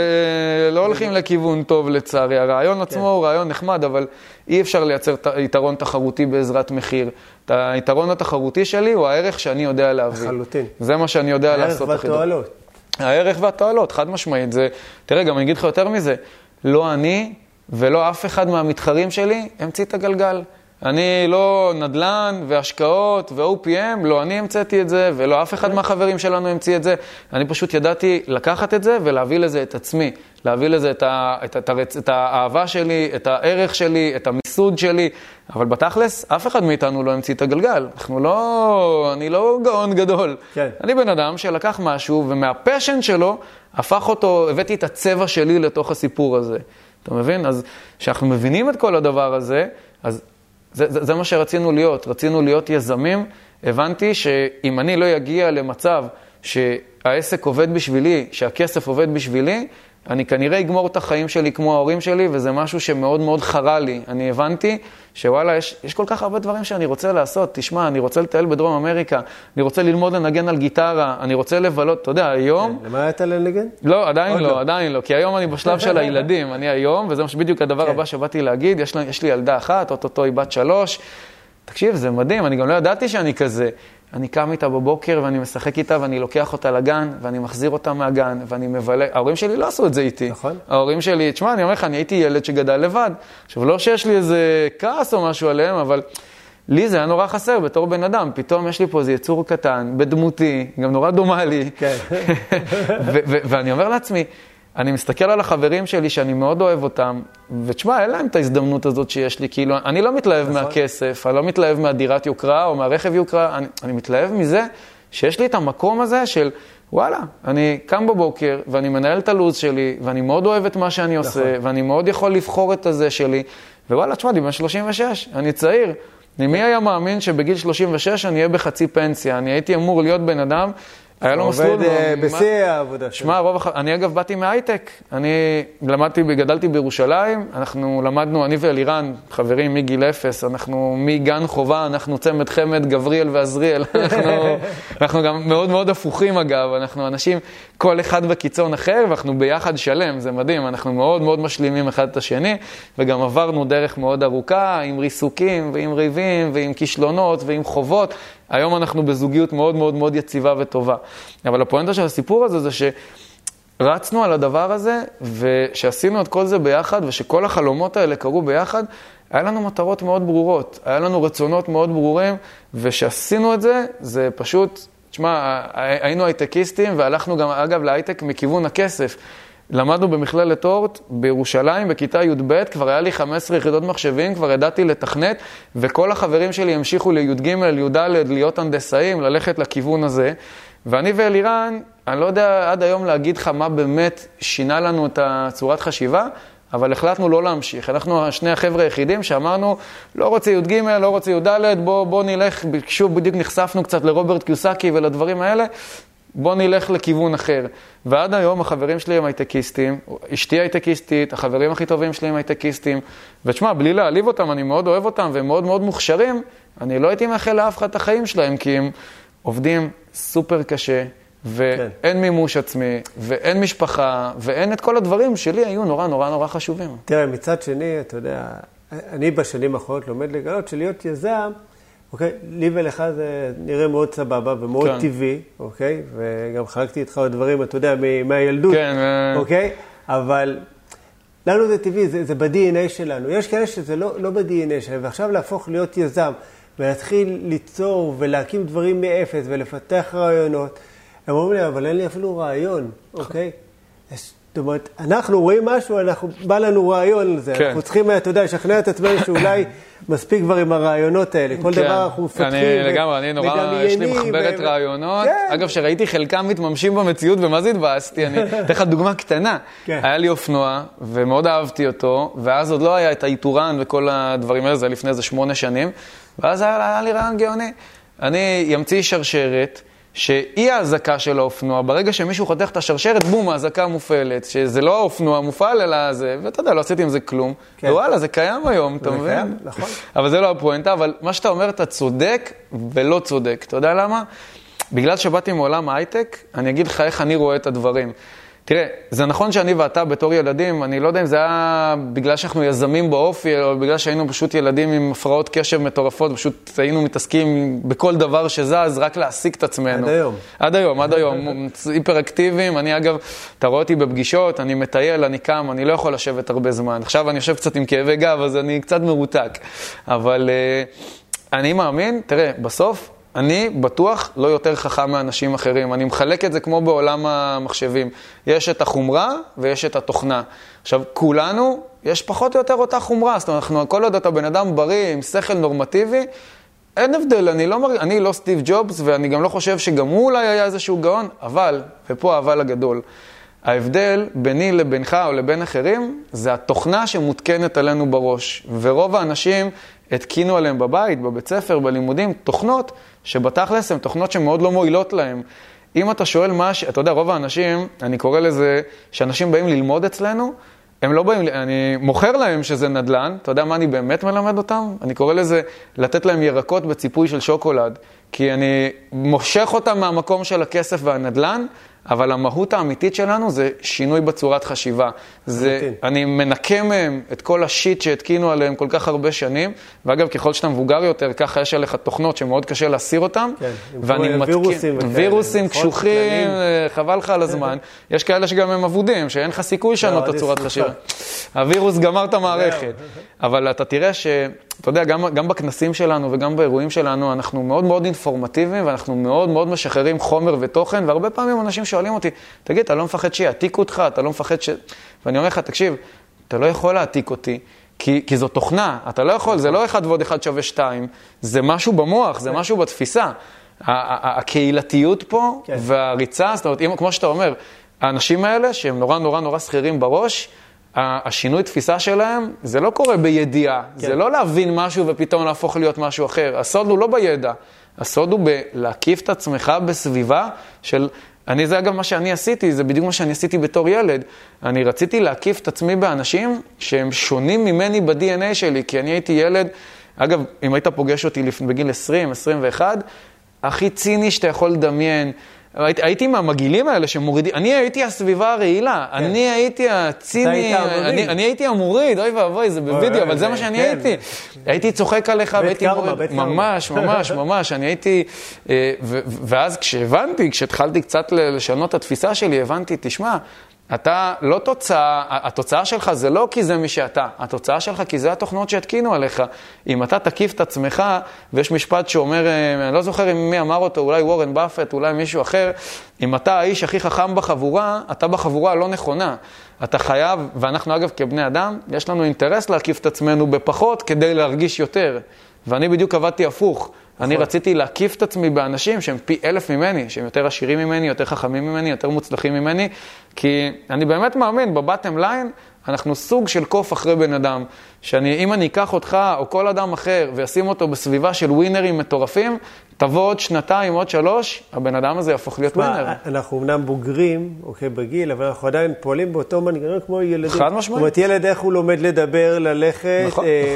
לא הולכים לכיוון טוב לצערי. הרעיון עצמו הוא רעיון נחמד, אבל אי אפשר לייצר יתרון תחרותי בעזרת מחיר. היתרון התחרותי שלי הוא הערך שאני יודע להביא. חלוטין. זה מה שאני יודע לעשות. הערך והתועלות. הערך והתועלות, חד משמעית. תראה, גם אני אגיד לך יותר מזה, לא אני ולא אף אחד מהמתחרים שלי המציא את הגלגל. אני לא נדל"ן והשקעות ו-OPM, לא אני המצאתי את זה, ולא אף אחד מהחברים שלנו המציא את זה. אני פשוט ידעתי לקחת את זה ולהביא לזה את עצמי. להביא לזה את האהבה שלי, את הערך שלי, את המיסוד שלי. אבל בתכלס, אף אחד מאיתנו לא המציא את הגלגל. אני לא גאון גדול. כן. אני בן אדם שלקח משהו, ומהפשן שלו, הפך אותו, הבאתי את הצבע שלי לתוך הסיפור הזה. אתה מבין? אז כשאנחנו מבינים את כל הדבר הזה, אז זה מה שרצינו להיות. רצינו להיות יזמים. הבנתי שאם אני לא יגיע למצב שהעסק עובד בשבילי, שהכסף עובד בשבילי, אני כנראה אגמור את החיים שלי כמו ההורים שלי, וזה משהו שמאוד מאוד חרה לי. אני הבנתי שוואלה, יש כל כך הרבה דברים שאני רוצה לעשות. תשמע, אני רוצה לטייל בדרום אמריקה, אני רוצה ללמוד לנגן על גיטרה, אני רוצה לבלות, אתה יודע, היום... למה היית לנגן? לא, עדיין לא, כי היום אני בשלב של הילדים, אני היום, וזה בדיוק הדבר הבא שבאתי להגיד, יש לי ילדה אחת, אוטוטו היא בת 3, תקשיב, זה מדהים, אני גם לא ידעתי שאני כזה. אני קם איתה בבוקר ואני משחק איתה ואני לוקח אותה לגן ואני מחזיר אותה מהגן ואני מבלה. ההורים שלי לא עשו את זה איתי. נכון. ההורים שלי, תשמע, אני אומר לך, אני הייתי ילד שגדל לבד. עכשיו, לא שיש לי איזה כעס או משהו עליהם, אבל לי זה היה נורא חסר בתור בן אדם. פתאום יש לי פה איזה יצור קטן, בדמותי, גם נורא דומה לי. כן. ואני אומר לעצמי, אני מסתכל על החברים שלי שאני מאוד אוהב אותם, ותשמע, אין להם את ההזדמנות הזאת שיש לי, כאילו, אני לא מתלהב מהכסף, אני לא מתלהב מהדירת יוקרה או מהרכב יוקרה, אני מתלהב מזה שיש לי את המקום הזה של, וואלה, אני קם בבוקר ואני מנהל את הלוז שלי, ואני מאוד אוהב את מה שאני עושה, ואני מאוד יכול לבחור את הזה שלי, ווואלה, תשמע, אני בן 36, אני צעיר. מי היה מאמין שבגיל 36 אני אהיה בחצי פנסיה, אני הייתי אמור להיות בן אדם, היה לו מסלול. עובד בשיא העבודה שלו. שמע, אני אגב באתי מההייטק, אני גדלתי בירושלים, אנחנו למדנו, אני ואלירן, חברים מגיל 0, אנחנו מגן חובה, אנחנו צמד חמד, גבריאל ועזריאל, אנחנו גם מאוד מאוד הפוכים אגב, אנחנו אנשים, כל אחד בקיצון אחר, ואנחנו ביחד שלם, זה מדהים, אנחנו מאוד מאוד משלימים אחד את השני, וגם עברנו דרך מאוד ארוכה, עם ריסוקים ועם ריבים ועם כישלונות ועם חובות, היום אנחנו בזוגיות מאוד מאוד מאוד יציבה וטובה. אבל הפואנטה של הסיפור הזה זה שרצנו על הדבר הזה, ושעשינו את כל זה ביחד, ושכל החלומות האלה קרו ביחד, היה לנו מטרות מאוד ברורות, היה לנו רצונות מאוד ברורים, ושעשינו את זה, זה פשוט, תשמע, היינו הייטקיסטים, והלכנו גם אגב להייטק מכיוון הכסף. למדנו במכללת אורט, בירושלים, בכיתה י"ב, כבר היה לי 15 יחידות מחשבים, כבר ידעתי לתכנת, וכל החברים שלי המשיכו לי"ג, לי"ד, להיות הנדסאים, ללכת לכיוון הזה. ואני ואלירן, אני לא יודע עד היום להגיד לך מה באמת שינה לנו את הצורת חשיבה, אבל החלטנו לא להמשיך. אנחנו שני החבר'ה היחידים שאמרנו, לא רוצה י"ג, לא רוצה י"ד, בוא נלך, שוב בדיוק נחשפנו קצת לרוברט קיוסקי ולדברים האלה, בוא נלך לכיוון אחר. ועד היום החברים שלי הם הייטקיסטים, אשתי הייטקיסטית, החברים הכי טובים שלי הם הייטקיסטים, ותשמע, בלי להעליב אותם, אני מאוד אוהב אותם, והם מאוד מאוד מוכשרים, אני לא הייתי מאחל לאף אחד את החיים שלהם, כי הם עובדים סופר קשה, ואין מימוש עצמי, ואין משפחה, ואין את כל הדברים שלי היו נורא נורא נורא חשובים. תראה, מצד שני, אתה יודע, אני בשנים האחרונות לומד לגלות שלהיות יזם, אוקיי, לי ולך זה נראה מאוד סבבה ומאוד טבעי, אוקיי? וגם חלקתי איתך עוד דברים, אתה יודע, מהילדות, אוקיי? אבל לנו זה טבעי, זה ב-DNA שלנו. יש כאלה שזה לא ב-DNA שלנו, ועכשיו להפוך להיות יזם, ולהתחיל ליצור ולהקים דברים מאפס ולפתח רעיונות, הם אומרים לי, אבל אין לי אפילו רעיון, אוקיי? זאת אומרת, אנחנו רואים משהו, בא לנו רעיון על זה. אנחנו צריכים, אתה יודע, לשכנע את עצמנו שאולי מספיק כבר עם הרעיונות האלה. כל דבר אנחנו מפתחים לגמרי, אני נורא, יש לי מחברת רעיונות. אגב, שראיתי חלקם מתממשים במציאות, ומה זה התבאסתי? אני אתן לך דוגמה קטנה. היה לי אופנוע, ומאוד אהבתי אותו, ואז עוד לא היה את האיתורן וכל הדברים האלה, זה לפני איזה 8 שנים, ואז היה לי רעיון גאוני. אני ימציא שרשרת, שהיא ההזקה של האופנוע, ברגע שמישהו חותך את השרשרת, בום, ההזקה מופעלת, שזה לא האופנוע מופעל, אלא זה, ואתה יודע, לא עשיתי עם זה כלום, ווואלה, זה קיים היום, אתה מבין? נכון. אבל זה לא הפואנטה, אבל מה שאתה אומר, אתה צודק ולא צודק, אתה יודע למה? בגלל שבאתי מעולם ההייטק, אני אגיד לך איך אני רואה את הדברים. תראה, זה נכון שאני ואתה בתור ילדים, אני לא יודע אם זה היה בגלל שאנחנו יזמים באופי, או בגלל שהיינו פשוט ילדים עם הפרעות קשב מטורפות, פשוט היינו מתעסקים בכל דבר שזז, רק להשיג את עצמנו. עד היום. עד היום. היפראקטיביים, אני אגב, אתה רואה אותי בפגישות, אני מטייל, אני קם, אני לא יכול לשבת הרבה זמן. עכשיו אני יושב קצת עם כאבי גב, אז אני קצת מרותק. אבל אני מאמין, תראה, בסוף, אני בטוח לא יותר חכם מאנשים אחרים. אני מחלק את זה כמו בעולם המחשבים. יש את החומרה ויש את התוכנה. עכשיו, כולנו, יש פחות או יותר אותה חומרה. זאת אומרת, אנחנו, כל עוד אתה בן אדם בריא, עם שכל נורמטיבי, אין הבדל. אני לא סטיב ג'ובס, ואני גם לא חושב שגם הוא אולי היה איזשהו גאון, אבל, ופה האבל הגדול, ההבדל ביני לבינך או לבין אחרים, זה התוכנה שמותקנת עלינו בראש. ורוב האנשים התקינו עליהם בבית, בבית ספר, בלימודים, תוכנות שבתכלס הן תוכנות שמאוד לא מועילות להם. אם אתה שואל אתה יודע, רוב האנשים, אני קורא לזה, שאנשים באים ללמוד אצלנו, הם לא באים, אני מוכר להם שזה נדל"ן, אתה יודע מה אני באמת מלמד אותם? אני קורא לזה לתת להם ירקות בציפוי של שוקולד, כי אני מושך אותם מהמקום של הכסף והנדל"ן, אבל המהות האמיתית שלנו זה שינוי בצורת חשיבה. אני מנקה מהם את כל השיט שהתקינו עליהם כל כך הרבה שנים, ואגב, ככל שאתה מבוגר יותר, ככה יש עליך תוכנות שמאוד קשה להסיר אותם, ואני מתקין, וירוסים קשוחים, חבל לך על הזמן. יש כאלה שגם הם עבודים, שאין לך סיכוי לשנות את הצורת חשיבה. הווירוס גמר את המערכת. אבל אתה תראה ש... אתה יודע, גם בכנסים שלנו וגם באירועים שלנו, אנחנו מאוד מאוד אינפורמטיביים, ואנחנו מאוד מאוד משחררים חומר ותוכן, והרבה פעמים אנשים שואלים אותי, תגיד, אתה לא מפחד שיעתיק אותך? אתה לא מפחד ואני אומר לך, תקשיב, אתה לא יכול להעתיק אותי, כי זו תוכנה, אתה לא יכול, זה לא 1 ועוד 1 שווה 2, זה משהו במוח, זה משהו בתפיסה. הקהילתיות פה והריצה, זאת אומרת, כמו שאתה אומר, האנשים האלה שהם נורא נורא נורא שכירים בראש, השינוי תפיסה שלהם, זה לא קורה בידיעה, זה לא להבין משהו ופתאום להפוך להיות משהו אחר. הסוד הוא לא בידע, הסוד הוא בלהקיף את עצמך בסביבה של... זה אגב מה שאני עשיתי, זה בדיוק מה שאני עשיתי בתור ילד. אני רציתי להקיף את עצמי באנשים שהם שונים ממני ב-DNA שלי, כי אני הייתי ילד, אגב, אם היית פוגש אותי בגיל 20, 21, הכי ציני שאתה יכול לדמיין, הייתי מהמגילים האלה שמורידים, אני הייתי הסביבה הרעילה, אני הייתי הציני, אני הייתי המוריד, אוי ואבוי, זה בווידאו, אבל זה מה שאני הייתי. הייתי צוחק עליך והייתי מוריד, ממש, ממש, ממש, אני הייתי, ואז כשהתחלתי קצת לשנות את התפיסה שלי, הבנתי, תשמע, אתה לא התוצאה שלך זה לא כי זה מי שאתה, התוצאה שלך כי זה התוכנות שהתקינו עליך. אם אתה תקיף את עצמך, ויש משפט שאומר, אני לא זוכר מי אמר אותו, אולי וורן באפט, אולי מישהו אחר, אם אתה האיש הכי חכם בחבורה, אתה בחבורה הלא נכונה. אתה חייב, ואנחנו אגב כבני אדם, יש לנו אינטרס להקיף את עצמנו בפחות כדי להרגיש יותר. ואני בדיוק עבדתי הפוך. אני רציתי להקיף את עצמי באנשים שהם פי 1000 ממני, שהם יותר עשירים ממני, יותר חכמים ממני, יותר מוצלחים ממני, כי אני באמת מאמין, בבטם ליין, אנחנו סוג של קוף אחרי בן אדם, שאם אני אקח אותך או כל אדם אחר וישים אותו בסביבה של ווינרים מטורפים, תבוא עוד 2, עוד 3, הבן אדם הזה יהפוך להיות ווינר. אנחנו אמנם בוגרים, אוקיי, בגיל, אבל אנחנו עדיין פועלים באותו מנגנון כמו ילדים. חד משמעית. זאת אומרת, ילד איך הוא לומד לדבר, ללכת,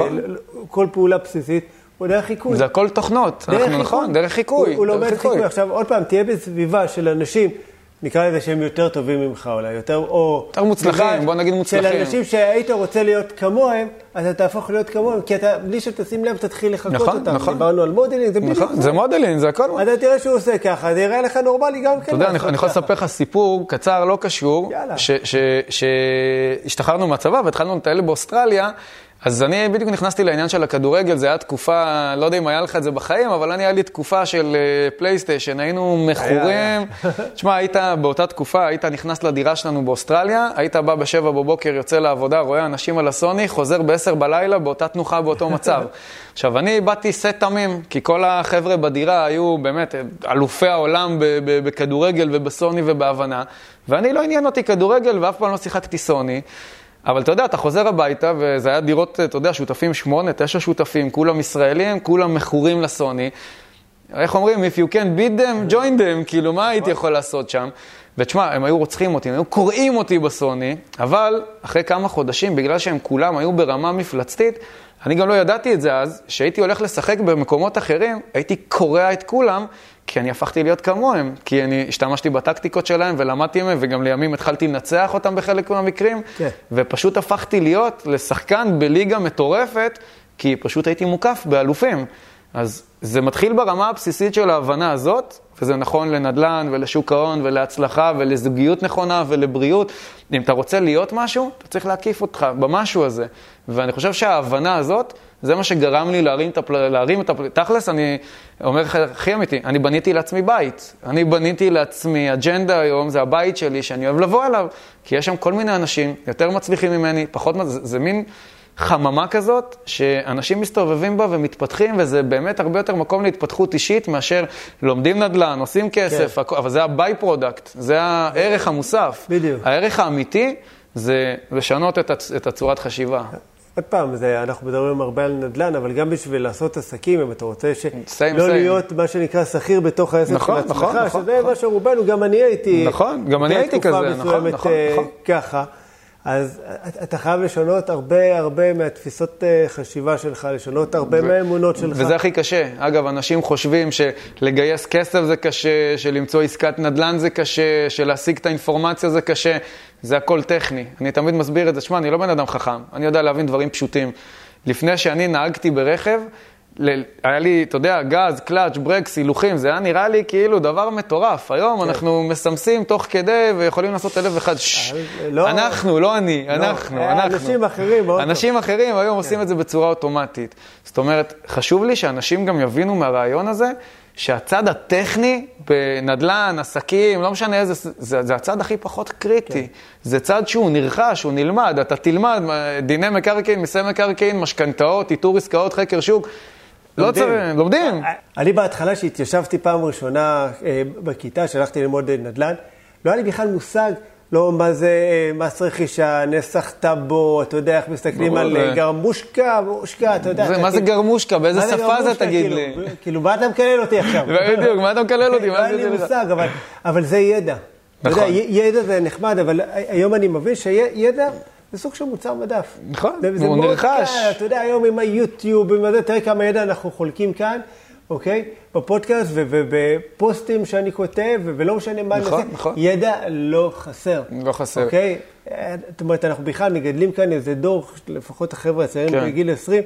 כל פעולה בסיסית. הוא דרך חיקוי. זה הכל תוכנות. דרך חיקוי. הוא לומד חיקוי. עכשיו, עוד פעם, תהיה בסביבה של אנשים, נקרא לזה שהם יותר טובים ממך אולי, יותר מוצלחים, בוא נגיד מוצלחים. של אנשים שהיית רוצה להיות כמוהם, אז אתה תהפוך להיות כמוהם, כי אתה, בלי שתשים לב, תתחיל לחכות אותם. דיברנו על מודלינג, זה בדיוק. זה מודלינג, זה הכל. אתה תראה שהוא עושה ככה, זה יראה לך נורמלי גם כן. אתה יודע, אני יכול לספר לך סיפור קצר, לא קשור, שהשתחררנו מהצבא והתחלנו לטייל באוסטרליה, אז אני בדיוק נכנסתי לעניין של הכדורגל, זה היה תקופה, לא יודע אם היה לך את זה בחיים, אבל היה לי תקופה של פלייסטיישן, היינו מכורים. תשמע, היית באותה תקופה, היית נכנס לדירה שלנו באוסטרליה, היית בא ב7 בבוקר, יוצא לעבודה, רואה אנשים על הסוני, חוזר ב10 בלילה, באותה תנוחה, באותו מצב. עכשיו, אני באתי סט תמים, כי כל החבר'ה בדירה היו באמת אלופי העולם בכדורגל ובסוני ובהבנה, ואני לא עניין אותי כדורגל ואף פעם לא שיחקתי סוני. אבל אתה יודע, אתה חוזר הביתה, וזה היה דירות, אתה יודע, שותפים 8, 9 שותפים, כולם ישראלים, כולם מכורים לסוני. איך אומרים? If you can beat them, join them, כאילו, מה הייתי יכול לעשות שם? ותשמע, הם היו רוצחים אותי, הם היו קוראים אותי בסוני, אבל אחרי כמה חודשים, בגלל שהם כולם היו ברמה מפלצתית, אני גם לא ידעתי את זה אז, שהייתי הולך לשחק במקומות אחרים, הייתי קורא את כולם, כי אני הפכתי להיות כמוהם, כי אני השתמשתי בטקטיקות שלהם ולמדתי מהם, וגם לימים התחלתי לנצח אותם בחלק מהמקרים, ופשוט הפכתי להיות לשחקן בליגה מטורפת, כי פשוט הייתי מוקף באלופים. אז זה מתחיל ברמה הבסיסית של ההבנה הזאת, וזה נכון לנדל"ן ולשוק ההון ולהצלחה ולזוגיות נכונה ולבריאות. אם אתה רוצה להיות משהו, אתה צריך להקיף אותך במשהו הזה. ואני חושב שההבנה הזאת, זה מה שגרם לי להרים את תכלס, אני אומר לך הכי אמיתי, אני בניתי לעצמי בית. אני בניתי לעצמי אג'נדה היום, זה הבית שלי שאני אוהב לבוא אליו, כי יש שם כל מיני אנשים, יותר מצליחים ממני, פחות, זה מין חממה כזאת, שאנשים מסתובבים בה ומתפתחים, וזה באמת הרבה יותר מקום להתפתחות אישית, מאשר לומדים נדל"ן, עושים כסף, אבל זה הביי פרודקט, זה הערך המוסף. בדיוק. הערך האמיתי זה לשנות את הצורת חשיבה. עוד פעם, אנחנו מדברים הרבה על נדל"ן, אבל גם בשביל לעשות עסקים, אם אתה רוצה לא להיות מה שנקרא שכיר בתוך העסק של עצמך, שזה מה שרובנו, גם אני הייתי, נכון, גם אני הייתי כזה, נכון, ככה. אז אתה חייב לשנות הרבה מהתפיסות חשיבה שלך, לשנות הרבה מהאמונות שלך. וזה הכי קשה. אגב, אנשים חושבים שלגייס כסף זה קשה, שלמצוא עסקת נדל"ן זה קשה, שלהשיג את האינפורמציה זה קשה. זה הכל טכני. אני תמיד מסביר את זה. שמע, אני לא בן אדם חכם. אני יודע להבין דברים פשוטים. לפני שאני נהגתי ברכב, היה לי, אתה יודע, גז, קלאץ', ברקס, הילוכים, זה היה נראה לי כאילו דבר מטורף. היום אנחנו מסמסים תוך כדי ויכולים לעשות 1001. אנחנו, לא אני, אנחנו. אנשים אחרים. אנשים אחרים היום עושים את זה בצורה אוטומטית. זאת אומרת, חשוב לי שאנשים גם יבינו מהרעיון הזה, שהצד הטכני בנדל"ן, עסקים, לא משנה איזה, זה הצד הכי פחות קריטי. זה צד שהוא נרכש, הוא נלמד, אתה תלמד, דיני מקרקעין, מיסי מקרקעין, משכנתאות, איתור עסקאות, חקר שוק. לא צריך, לומדים. אני בהתחלה שהתיישבתי פעם ראשונה בכיתה, שהלכתי ללמוד נדל"ן, לא היה לי בכלל מושג, לא מה זה מס רכישה, נסח טאבו, אתה יודע איך מסתכלים על גרמושקה, אתה יודע. מה זה גרמושקה? באיזה שפה זה תגיד לי? כאילו, מה אתה מקלל אותי עכשיו? בדיוק, מה אתה מקלל אותי? לא היה לי מושג, אבל זה ידע. נכון. ידע זה נחמד, אבל היום אני מבין שידע זה סוג של מוצר מדף. נכון, הוא נרכש. אתה יודע, היום עם היוטיוב, תראה כמה ידע אנחנו חולקים כאן, אוקיי? בפודקאסט ובפוסטים שאני כותב, ולא משנה מה נעשה. נכון. ידע לא חסר. לא חסר. אוקיי? זאת אומרת, אנחנו בכלל מגדלים כאן איזה דור, לפחות החבר'ה הצעירים בגיל 20,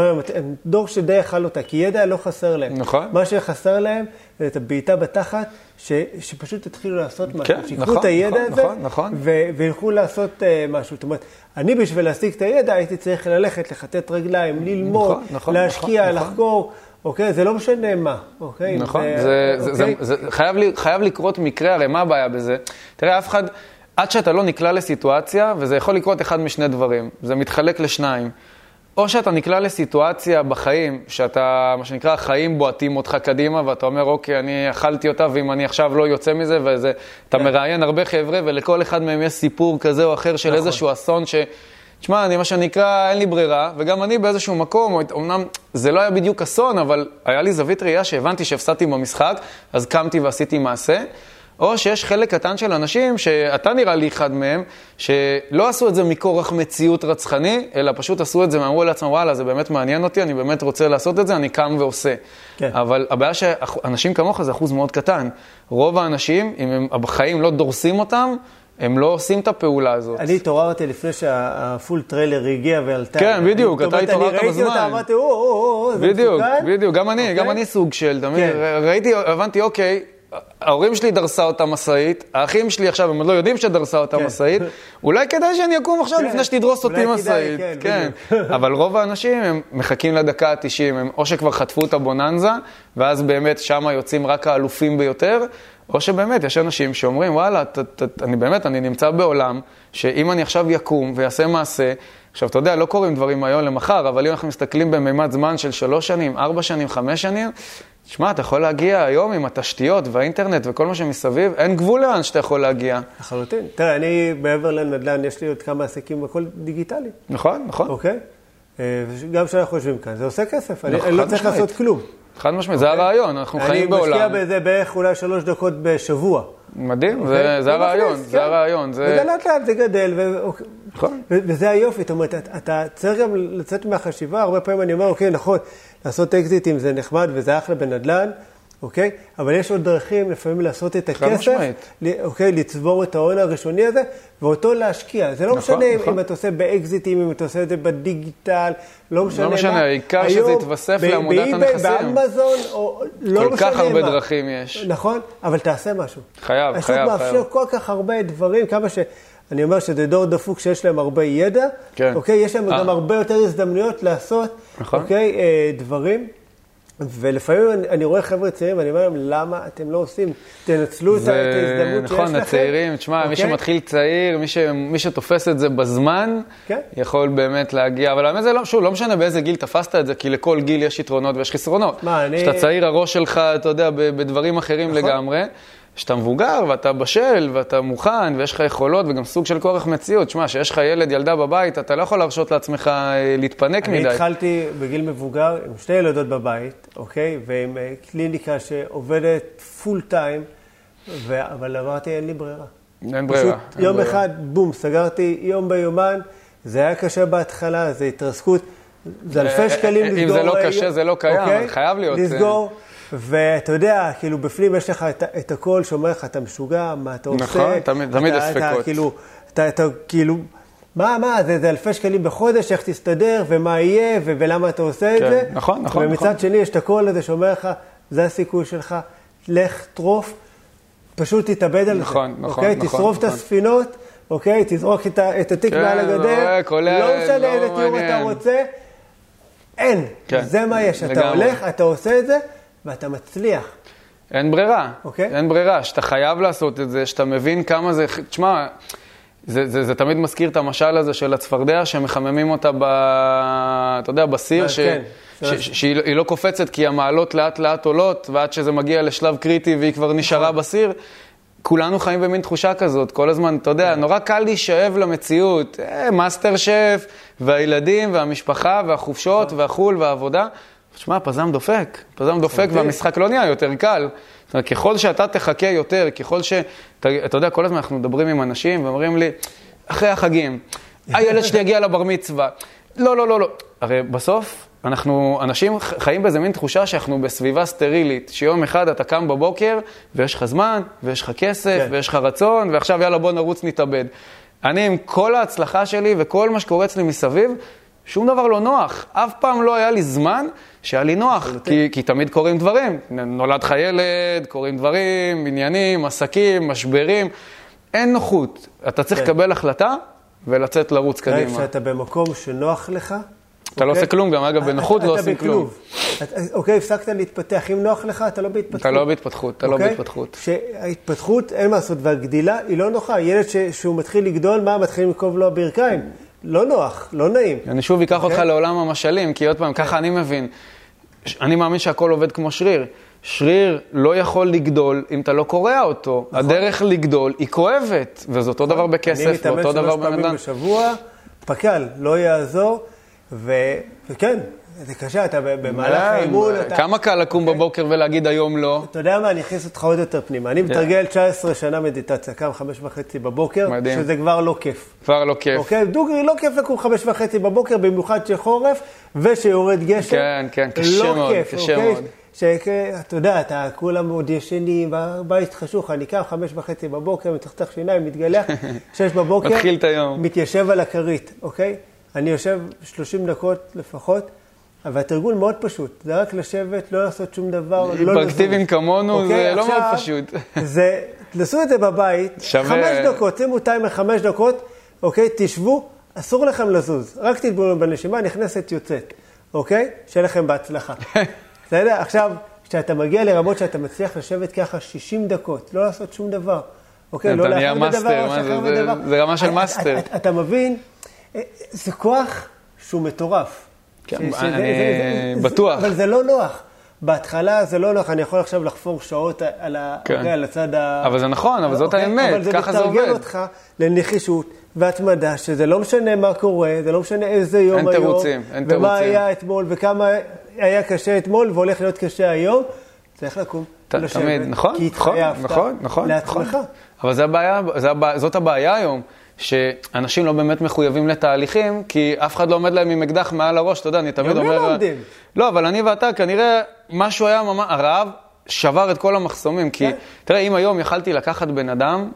דור שדי אכל אותה, כי ידע לא חסר להם. נכון. מה שחסר להם, זה את הבעיטה בתחת, שפשוט התחילו לעשות משהו. שיקחו את הידע הזה, וילכו לעשות משהו. זאת אומרת, אני בשביל להשיג את הידע, הייתי צריך ללכת, לחטט רגליים, ללמוד, להשקיע, לחקור. אוקיי, זה לא משנה מה, אוקיי? נכון, זה חייב לקרות מקרה, הרי מה הבעיה בזה? תראה, אף אחד, עד שאתה לא נקלע לסיטואציה, וזה יכול לקרות אחד משני דברים, זה מתחלק לשניים. או שאתה נקלע לסיטואציה בחיים, שאתה, מה שנקרא, החיים בועטים אותך קדימה, ואתה אומר, אוקיי, אני אכלתי אותה, ואם אני עכשיו לא יוצא מזה, אתה מראיין הרבה חבר'ה, ולכל אחד מהם יש סיפור כזה או אחר של איזשהו אסון תשמע, אני מה שנקרא, אין לי ברירה, וגם אני באיזשהו מקום, אמנם זה לא היה בדיוק אסון, אבל היה לי זווית ראייה שהבנתי שהפסדתי במשחק, אז קמתי ועשיתי מעשה, או שיש חלק קטן של אנשים, שאתה נראה לי אחד מהם, שלא עשו את זה מכורח מציאות רצחני, אלא פשוט עשו את זה, ואמרו לעצמם, וואלה, זה באמת מעניין אותי, אני באמת רוצה לעשות את זה, אני קם ועושה. כן. אבל הבעיה שאנשים כמוך זה אחוז מאוד קטן. רוב האנשים, אם הם בחיים לא דורסים אותם, הם לא עושים את הפעולה הזאת. אני התעוררתי לפני שהפול טריילר הגיע ועלתה. כן, בדיוק, אתה התעוררת בזמן. אני ראיתי אותה, אמרתי, זה מסוכן. בדיוק, גם אני סוג של, ראיתי, הבנתי, אוקיי, ההורים שלי דרסה אותה מסעית, האחים שלי עכשיו, הם עוד לא יודעים שדרסה אותה מסעית, אולי כדאי שאני אקום עכשיו לפני שתדרוס אותי מסעית. כן, אבל רוב האנשים הם מחכים לדקה ה-90, הם או שכבר חטפו את הבוננזה, ואז באמת שם יוצאים רק האלופים ביותר, או שבאמת יש אנשים שאומרים, וואלה, אני נמצא בעולם, שאם אני עכשיו יקום ויעשה מעשה, עכשיו, אתה יודע, לא קוראים דברים היום למחר, אבל אם אנחנו מסתכלים בממד זמן של 3 שנים, 4 שנים, 5 שנים, תשמע, אתה יכול להגיע היום עם התשתיות והאינטרנט וכל מה שמסביב, אין גבול לאן שאתה יכול להגיע. לחלוטין. תראה, אני בעבר לנדל"ן, יש לי עוד כמה עסקים בכל דיגיטלי. נכון. אוקיי? גם שאנחנו חושבים כאן, זה עושה כסף, אני לא צריך לעשות כלום. חד משמעית, זה הרעיון, אנחנו חיים בעולם. אני משקיע בזה בערך אולי 3 דקות בשבוע. מדהים, זה הרעיון, ולאט לאט זה גדל, וזה היופי, זאת אומרת, אתה צריך גם לצאת מהחשיבה, הרבה פעמים אני אומר, אוקיי, נכון, לעשות אקזיטים זה נחמד וזה אחלה בנדל"ן, אוקיי? אבל יש עוד דרכים לפעמים לעשות את הכסף, אוקיי? לצבור את ההון הראשוני הזה, ואותו להשקיע. זה לא משנה אם אתה עושה באקזיטים, אם אתה עושה את זה בדיגיטל, לא משנה מה. לא משנה, העיקר שזה יתווסף לעמודת הנכסים. באמזון, או לא משנה מה. כל כך הרבה דרכים יש. נכון, אבל תעשה משהו. חייב. השוק מאפשר כל כך הרבה דברים, כמה שאני אומר שזה דור דפוק שיש להם הרבה ידע, אוקיי? יש להם גם הרבה יותר הזדמנויות לעשות, אוקיי? דברים. ולפעמים אני רואה חבר'ה צעירים, ואני אומר להם, למה אתם לא עושים? תנצלו את ההזדמנות שיש לכם. נכון, הצעירים, תשמע, מי שמתחיל צעיר, מי שתופס את זה בזמן, יכול באמת להגיע. אבל האמת זה לא משנה באיזה גיל תפסת את זה, כי לכל גיל יש יתרונות ויש חסרונות. כשאתה צעיר, הראש שלך, אתה יודע, בדברים אחרים לגמרי. שאתה מבוגר ואתה בשל ואתה מוכן ויש לך יכולות וגם סוג של כורח מציאות. שמה, שיש לך ילד, ילדה בבית, אתה לא יכול להרשות לעצמך להתפנק מדי. אני התחלתי בגיל מבוגר עם 2 ילדות בבית, אוקיי? ועם קליניקה שעובדת פול טיים, אבל אמרתי, אין לי ברירה. אין ברירה. פשוט יום אחד, בום, סגרתי יום ביומן, זה היה קשה בהתחלה, זה התרסקות, זה אלפי שקלים לסגור. אם זה לא קשה, זה לא קיים, חייב להיות. לסגור. ואתה יודע, כאילו בפנים יש לך את הכל שאומר לך, אתה משוגע, מה אתה עושה? נכון, תמיד יש ספקות. אתה כאילו, מה, זה אלפי שקלים בחודש, איך תסתדר, ומה יהיה, ולמה אתה עושה את זה? נכון. ומצד שני יש את הכל הזה שאומר לך, זה הסיכוי שלך, לך טרוף, פשוט תתאבד על זה. נכון. תשרוף את הספינות, אוקיי? תזרוק את התיק מעל הגדר, לא משנה איזה תיאור אתה רוצה, אין, זה מה יש, אתה הולך, אתה עושה את זה, ואתה מצליח. אין ברירה. אוקיי? אין ברירה. שאתה חייב לעשות את זה, שאתה מבין כמה זה... תשמע, זה תמיד מזכיר את המשל הזה של הצפרדע, שמחממים אותה אתה יודע, בסיר, שהיא לא קופצת כי המעלות לאט לאט עולות, ועד שזה מגיע לשלב קריטי והיא כבר נשארה בסיר. כולנו חיים במין תחושה כזאת, כל הזמן, אתה יודע, נורא קל להישאב למציאות. מאסטר שף, והילדים, והמשפחה, והחופשות, והחול, והעבודה. תשמע, פזם דופק והמשחק לא נהיה יותר קל. זאת אומרת, ככל שאתה תחכה יותר, ככל אתה יודע, כל הזמן אנחנו מדברים עם אנשים ואומרים לי, אחרי החגים, הילד שלי יגיע לבר מצווה. לא. הרי בסוף, אנשים חיים באיזה מין תחושה שאנחנו בסביבה סטרילית, שיום אחד אתה קם בבוקר ויש לך זמן, ויש לך כסף, ויש לך רצון, ועכשיו יאללה בוא נרוץ נתאבד. אני עם כל ההצלחה שלי וכל מה שקורה אצלי מסביב, שום דבר לא נוח. אף פעם לא היה לי זמן שהיה לי נוח, כי תמיד קורים דברים. נולד לך ילד, קורים דברים, עניינים, עסקים, משברים. אין נוחות. אתה צריך לקבל החלטה ולצאת לרוץ קדימה. כשאתה במקום שנוח לך, אתה לא עושה כלום, גם אגב בנוחות לא עושים כלום. אוקיי, הפסקת להתפתח. אם נוח לך, אתה לא בהתפתחות. אתה לא בהתפתחות. שההתפתחות, אין מה לעשות, והגדילה היא לא נוחה. ילד שהוא מתחיל לגדול, מה? מתחיל לקרוב לו הברכיים. לא נוח, לא נעים. אני שוב אקח אותך לעולם המשלים, כי עוד פעם, ככה אני מבין. אני מאמין שהכל עובד כמו שריר. שריר לא יכול לגדול אם אתה לא קורע אותו. הדרך לגדול היא כואבת, וזה אותו דבר בכסף, ואותו דבר במדן. אני מתאמן 3 פעמים בשבוע, פקל, לא יעזור, וכן, זה קשה, אתה במהלך האימון. כמה קל לקום בבוקר ולהגיד היום לא? אתה יודע מה, אני אכניס אותך עוד יותר פנימה. אני מתרגל 19 שנה מדיטציה, קם 5:30 בבוקר, שזה כבר לא כיף. כבר לא כיף. אוקיי, דוגרי, לא כיף לקום 5:30 בבוקר, במיוחד שחורף, ושיורד גשם. כן, קשה מאוד, קשה מאוד. שאתה יודע, אתה כולם עוד ישנים, בבית חשוך, אני קם 5:30 בבוקר, מצחצח שיניים, מתגלח, 6 בבוקר, מתחיל את היום. מתיישב על הכרית, אוקיי? אני יושב 30 דקות לפחות, אבל התרגול מאוד פשוט. זה רק לשבת, לא לעשות שום דבר, לא לזוז. פרקטיביים כמונו, זה לא מאוד פשוט. תעשו את זה בבית, 5 דקות, שימו טיימר 5 דקות, אוקיי? תשבו, אסור לכם לזוז. רק תתבוננו בנשימה, נכנסת יוצאת, אוקיי? שיהיה לכם בהצלחה. בסדר? עכשיו, כשאתה מגיע לרמות שאתה מצליח לשבת ככה 60 דקות, לא לעשות שום דבר, אוקיי? אתה נהיה מאסטר, זה רמה של מאסטר. אתה מבין? זה כוח שהוא מטורף. בטוח. אבל זה לא נוח. בהתחלה זה לא נוח. אני יכול עכשיו לחפור שעות על הצד אבל זה נכון, אבל זאת האמת. ככה זה עובד. אבל זה מתרגל אותך לנחישות והתמדה, שזה לא משנה מה קורה, זה לא משנה איזה יום היום. אין תירוצים. ומה היה אתמול, וכמה היה קשה אתמול, והולך להיות קשה היום. צריך לקום. תמיד, נכון. כי התחייבת לעצמך. אבל זאת הבעיה היום. שאנשים לא באמת מחויבים לתהליכים, כי אף אחד לא עומד להם עם אקדח מעל הראש, אתה יודע, אני תמיד אומר... לא עומדים. לא, אבל אני ואתה, כנראה משהו היה ממש... הרעב שבר את כל המחסומים, כי תראה, אם היום יכלתי לקחת בן אדם,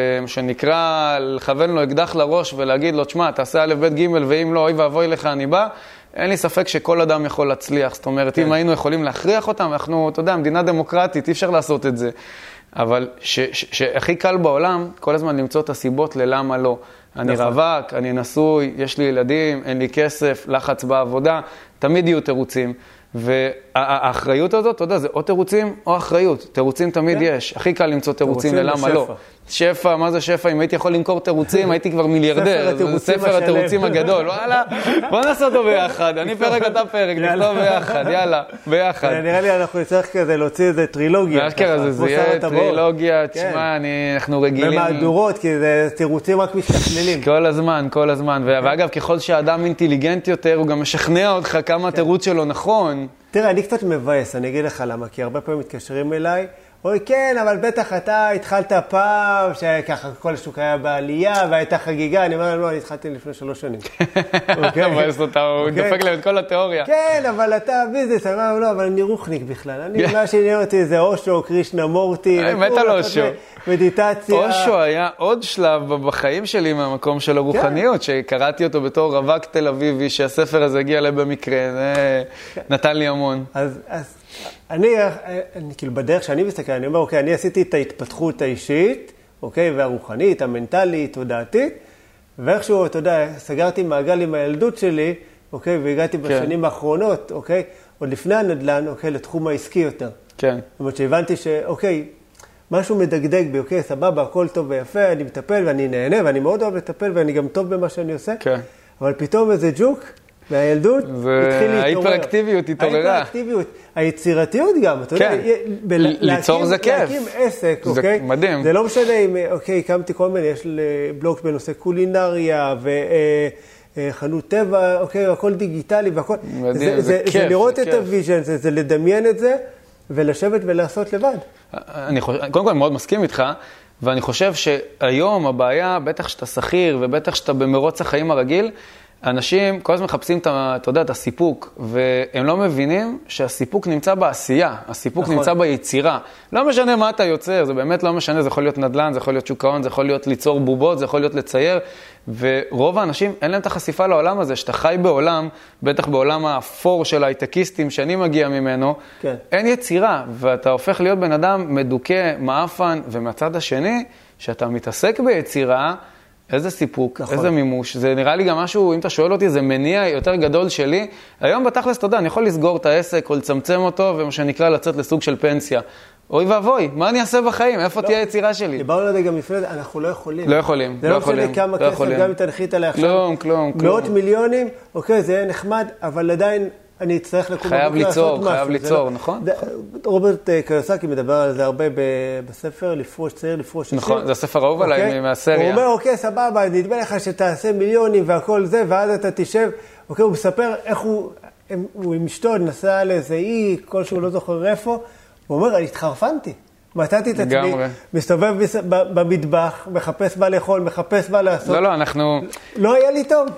ושנקרא לכוון לו אקדח לראש ולהגיד לו, תשמע, תעשה א' ב' ג' ואם לא, אוי ואבוי לך, אני בא, אין לי ספק שכל אדם יכול להצליח. זאת אומרת, אם היינו יכולים להכריח אותם, אנחנו, אתה יודע, מדינה דמוקרטית, אי אפשר לעשות את זה. אבל שהכי קל בעולם, כל הזמן למצוא את הסיבות ללמה לא. אני רווק, אני נשוי, יש לי ילדים, אין לי כסף, לחץ בעבודה, תמיד יהיו תירוצים. והאחריות הזאת, אתה יודע, זה או תירוצים או אחריות. תירוצים תמיד יש. הכי קל למצוא תירוצים ללמה לא. שפע, מה זה שפע? אם הייתי יכול למכור תירוצים, הייתי כבר מיליארדר. זה ספר התירוצים הגדול. וואלה, בוא נעשה אותו ביחד. אני פרק, אתה פרק, נכתוב ביחד. יאללה, ביחד. נראה לי אנחנו נצטרך כזה להוציא איזה טרילוגיה. זה יהיה טרילוגיה, תשמע, אנחנו רגילים. ומהדורות, כי זה תירוצים רק משתכללים. כל הזמן, כל הזמן. ואגב, ככל שהאדם אינטליגנט יותר, הוא גם משכנע אותך כמה התירוץ שלו נכון. תראה, אני קצת מבאס, אני אגיד לך למה, כי הרבה פעמים מתקשרים אליי, אוי, כן, אבל בטח אתה התחלת פעם, שככה כל השוק היה בעלייה, והייתה חגיגה, אני אומר, לא, אני התחלתי לפני 3 שנים. מבאס אותה, הוא דופק להם את כל התיאוריה. כן, אבל אתה ביזנס, אני אומר, לא, אבל אני רוחניק בכלל. מה שעניין אותי זה אושו, קרישנה מורטי. מת על אושו. מדיטציה. אושו היה עוד שלב בחיים שלי מהמקום של הרוחניות, שקראתי אותו בתור רווק תל אביבי, שהספר הזה הגיע אליי במקרה, זה נתן לי המון. אז אני כאילו בדרך שאני מסתכל, אני אומר, אוקיי, אני עשיתי את ההתפתחות האישית, אוקיי, והרוחנית, המנטלית, תודעתית, ואיכשהו, אתה יודע, סגרתי מעגל עם הילדות שלי, אוקיי, והגעתי בשנים האחרונות, אוקיי, עוד לפני הנדל"ן, אוקיי, לתחום העסקי יותר. כן. זאת אומרת שהבנתי שאוקיי, משהו מדגדג בי, אוקיי, סבבה, הכל טוב ויפה, אני מטפל ואני נהנה, ואני מאוד אוהב לטפל, ואני גם טוב במה שאני עושה. כן. אבל פתאום איזה ג'וק מהילדות התחיל להתעורר. ההיפראקטיביות התעוררה. ההיפראקטיביות, היצירתיות גם, אתה יודע, ליצור זה כיף. להקים עסק, אוקיי? זה מדהים. זה לא משנה אם, אוקיי, הקמתי כל מיני, יש בלוג בנושא קולינריה וחנות טבע, אוקיי, הכל דיגיטלי והכל. מדהים, זה כיף. זה לראות את הוויז'ן, זה לדמיין את זה ולשבת ולעשות לבד. קודם כל, מאוד מסכים איתך. ואני חושב שהיום הבעיה, בטח שאתה שכיר ובטח שאתה במרוץ החיים הרגיל, אנשים כל הזמן מחפשים אתה יודע, את הסיפוק, והם לא מבינים שהסיפוק נמצא בעשייה, הסיפוק נמצא ביצירה. לא משנה מה אתה יוצר, זה באמת לא משנה, זה יכול להיות נדל"ן, זה יכול להיות שוק ההון, זה יכול להיות ליצור בובות, זה יכול להיות לצייר, ורוב האנשים אין להם את החשיפה לעולם הזה, שאתה חי בעולם, בטח בעולם האפור של ההייטקיסטים שאני מגיע ממנו, כן. אין יצירה, ואתה הופך להיות בן אדם מדוכא, מאפן, ומהצד השני, שאתה מתעסק ביצירה, איזה סיפוק, נכון. איזה מימוש. זה נראה לי גם משהו, אם אתה שואל אותי, זה מניע יותר גדול שלי. היום בתכלס, אתה יודע, אני יכול לסגור את העסק או לצמצם אותו, ומה שנקרא לצאת לסוג של פנסיה. אוי ואבוי, מה אני אעשה בחיים? איפה תהיה היצירה שלי? דיברנו על זה גם לפני, אנחנו לא יכולים. לא יכולים. זה לא משנה כמה כסף, גם אם תנחית עליה עכשיו. כלום. מאות מיליונים, אוקיי, זה יהיה נחמד, אבל עדיין אני אצטרך לקום חייב ליצור, נכון? רוברט קיוסקי מדבר על זה הרבה בספר, לפרוש צעיר, לפרוש ששיר. נכון, זה הספר האהוב עליי מהסריה. הוא אומר, אוקיי, סבבה, נדמה לך שתעשה מיליונים והכל זה, ואז אתה תשב, אוקיי, הוא מספר איך הוא עם אשתו נסע לאיזה אי, כלשהו לא זוכר איפה, הוא אומר, אני התחרפנתי. מצאתי את עצמי, מסתובב במטבח, מחפש מה לאכול, מחפש מה לעשות. לא, אנחנו... לא היה לי טוב.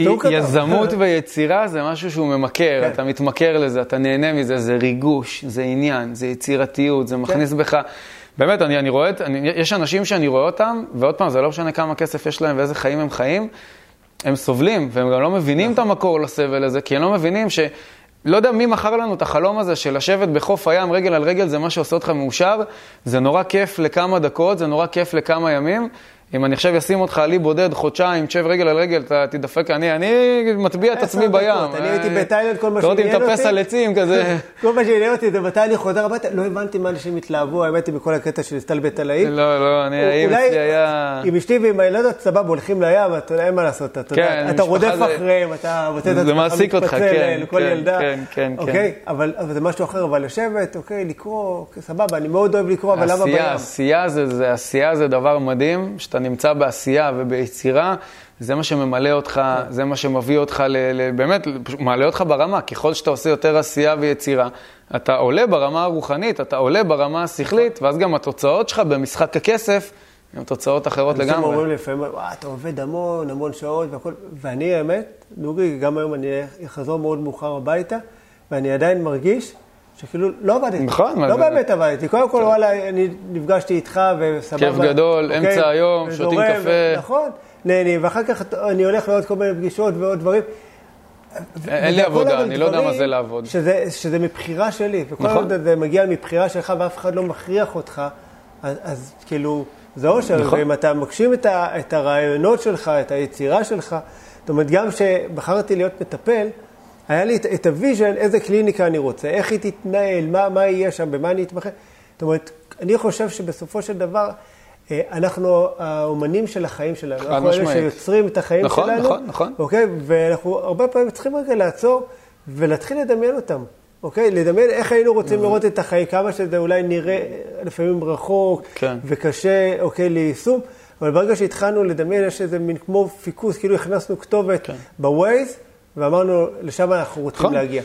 יזמות ויצירה זה משהו שהוא ממכר, אתה מתמכר לזה, אתה נהנה מזה, זה ריגוש, זה עניין, זה יצירתיות, זה מכניס בך... באמת, אני רואה, יש אנשים שאני רואה אותם, ועוד פעם, זה לא משנה כמה כסף יש להם ואיזה חיים הם חיים, הם סובלים, והם גם לא מבינים את המקור לסבל הזה, כי הם לא מבינים ש... לא יודע מי מכר לנו את החלום הזה של לשבת בחוף הים רגל על רגל, זה מה שעושה אותך מאושר, זה נורא כיף לכמה דקות, זה נורא כיף לכמה ימים. אם אני עכשיו אשים אותך עלי בודד, חודשיים, תשב רגל על רגל, אתה תדפק, אני מטביע את עצמי בים. אני הייתי בתאילנד, כל מה שעניין אותי. תטפס על עצים כזה. כל מה שעניין אותי, זה מתי אני חוזר הביתה, לא הבנתי מה אנשים התלהבו, האמת היא בכל הקטע של להסתלבט על העיר. לא, האם אצלי היה... עם אשתי ועם הילדות, סבבה, הולכים לים, אתה יודע, אין מה לעשות, אתה רודף אחריהם, אתה מוצא את עצמך מתפצל לכל ילדה. אוקיי, אבל זה משהו אחר, אבל לשבת, אוקיי, לקרוא, סבבה, אני מאוד אוהב לקרוא, אבל למה בים? עשייה זה דבר מדהים, שאתה נמצא בעשייה וביצירה, זה מה שממלא אותך, זה מה שמביא אותך, באמת, מעלה אותך ברמה, ככל שאתה עושה יותר עשייה ויצירה, אתה עולה ברמה הרוחנית, אתה עולה ברמה השכלית, ואז גם התוצאות שלך במשחק הכסף, הן תוצאות אחרות לגמרי. אנשים אומרים לפעמים, אתה עובד המון שעות והכל, ואני האמת, נוגי, גם היום אני אחזור מאוד מאוחר הביתה, ואני עדיין מרגיש שכאילו לא עבדתי. נכון. לא באמת עבדתי. קודם כל, וואלה, אני נפגשתי איתך וסבבה. כיף גדול, אמצע היום, שותים קפה. נכון, נהנים, ואחר כך אני הולך לעוד כל מיני פגישות ועוד דברים. אין לי עבודה, אני לא יודע מה זה לעבוד. שזה מבחירה שלי, וכל עוד זה מגיע מבחירה שלך ואף אחד לא מכריח אותך, אז כאילו, זה אושר, ואם אתה מקשים את הרעיונות שלך, את היצירה שלך, זאת אומרת, גם שבחרתי להיות מטפל, היה לי את הוויז'ן, איזה קליניקה אני רוצה, איך היא תתנהל, מה יהיה שם, במה אני אתמחה. זאת אומרת, אני חושב שבסופו של דבר, אנחנו האומנים של החיים שלנו, אנחנו אלה שיוצרים את החיים שלנו, נכון. אוקיי? ואנחנו הרבה פעמים צריכים רגע לעצור ולהתחיל לדמיין אותם, אוקיי? לדמיין איך היינו רוצים לראות את החיים, כמה שזה אולי נראה לפעמים רחוק וקשה, אוקיי, ליישום, אבל ברגע שהתחלנו לדמיין, יש איזה מין כמו פיקוס, כאילו הכנסנו כתובת בווייז, ואמרנו, לשם אנחנו רוצים להגיע.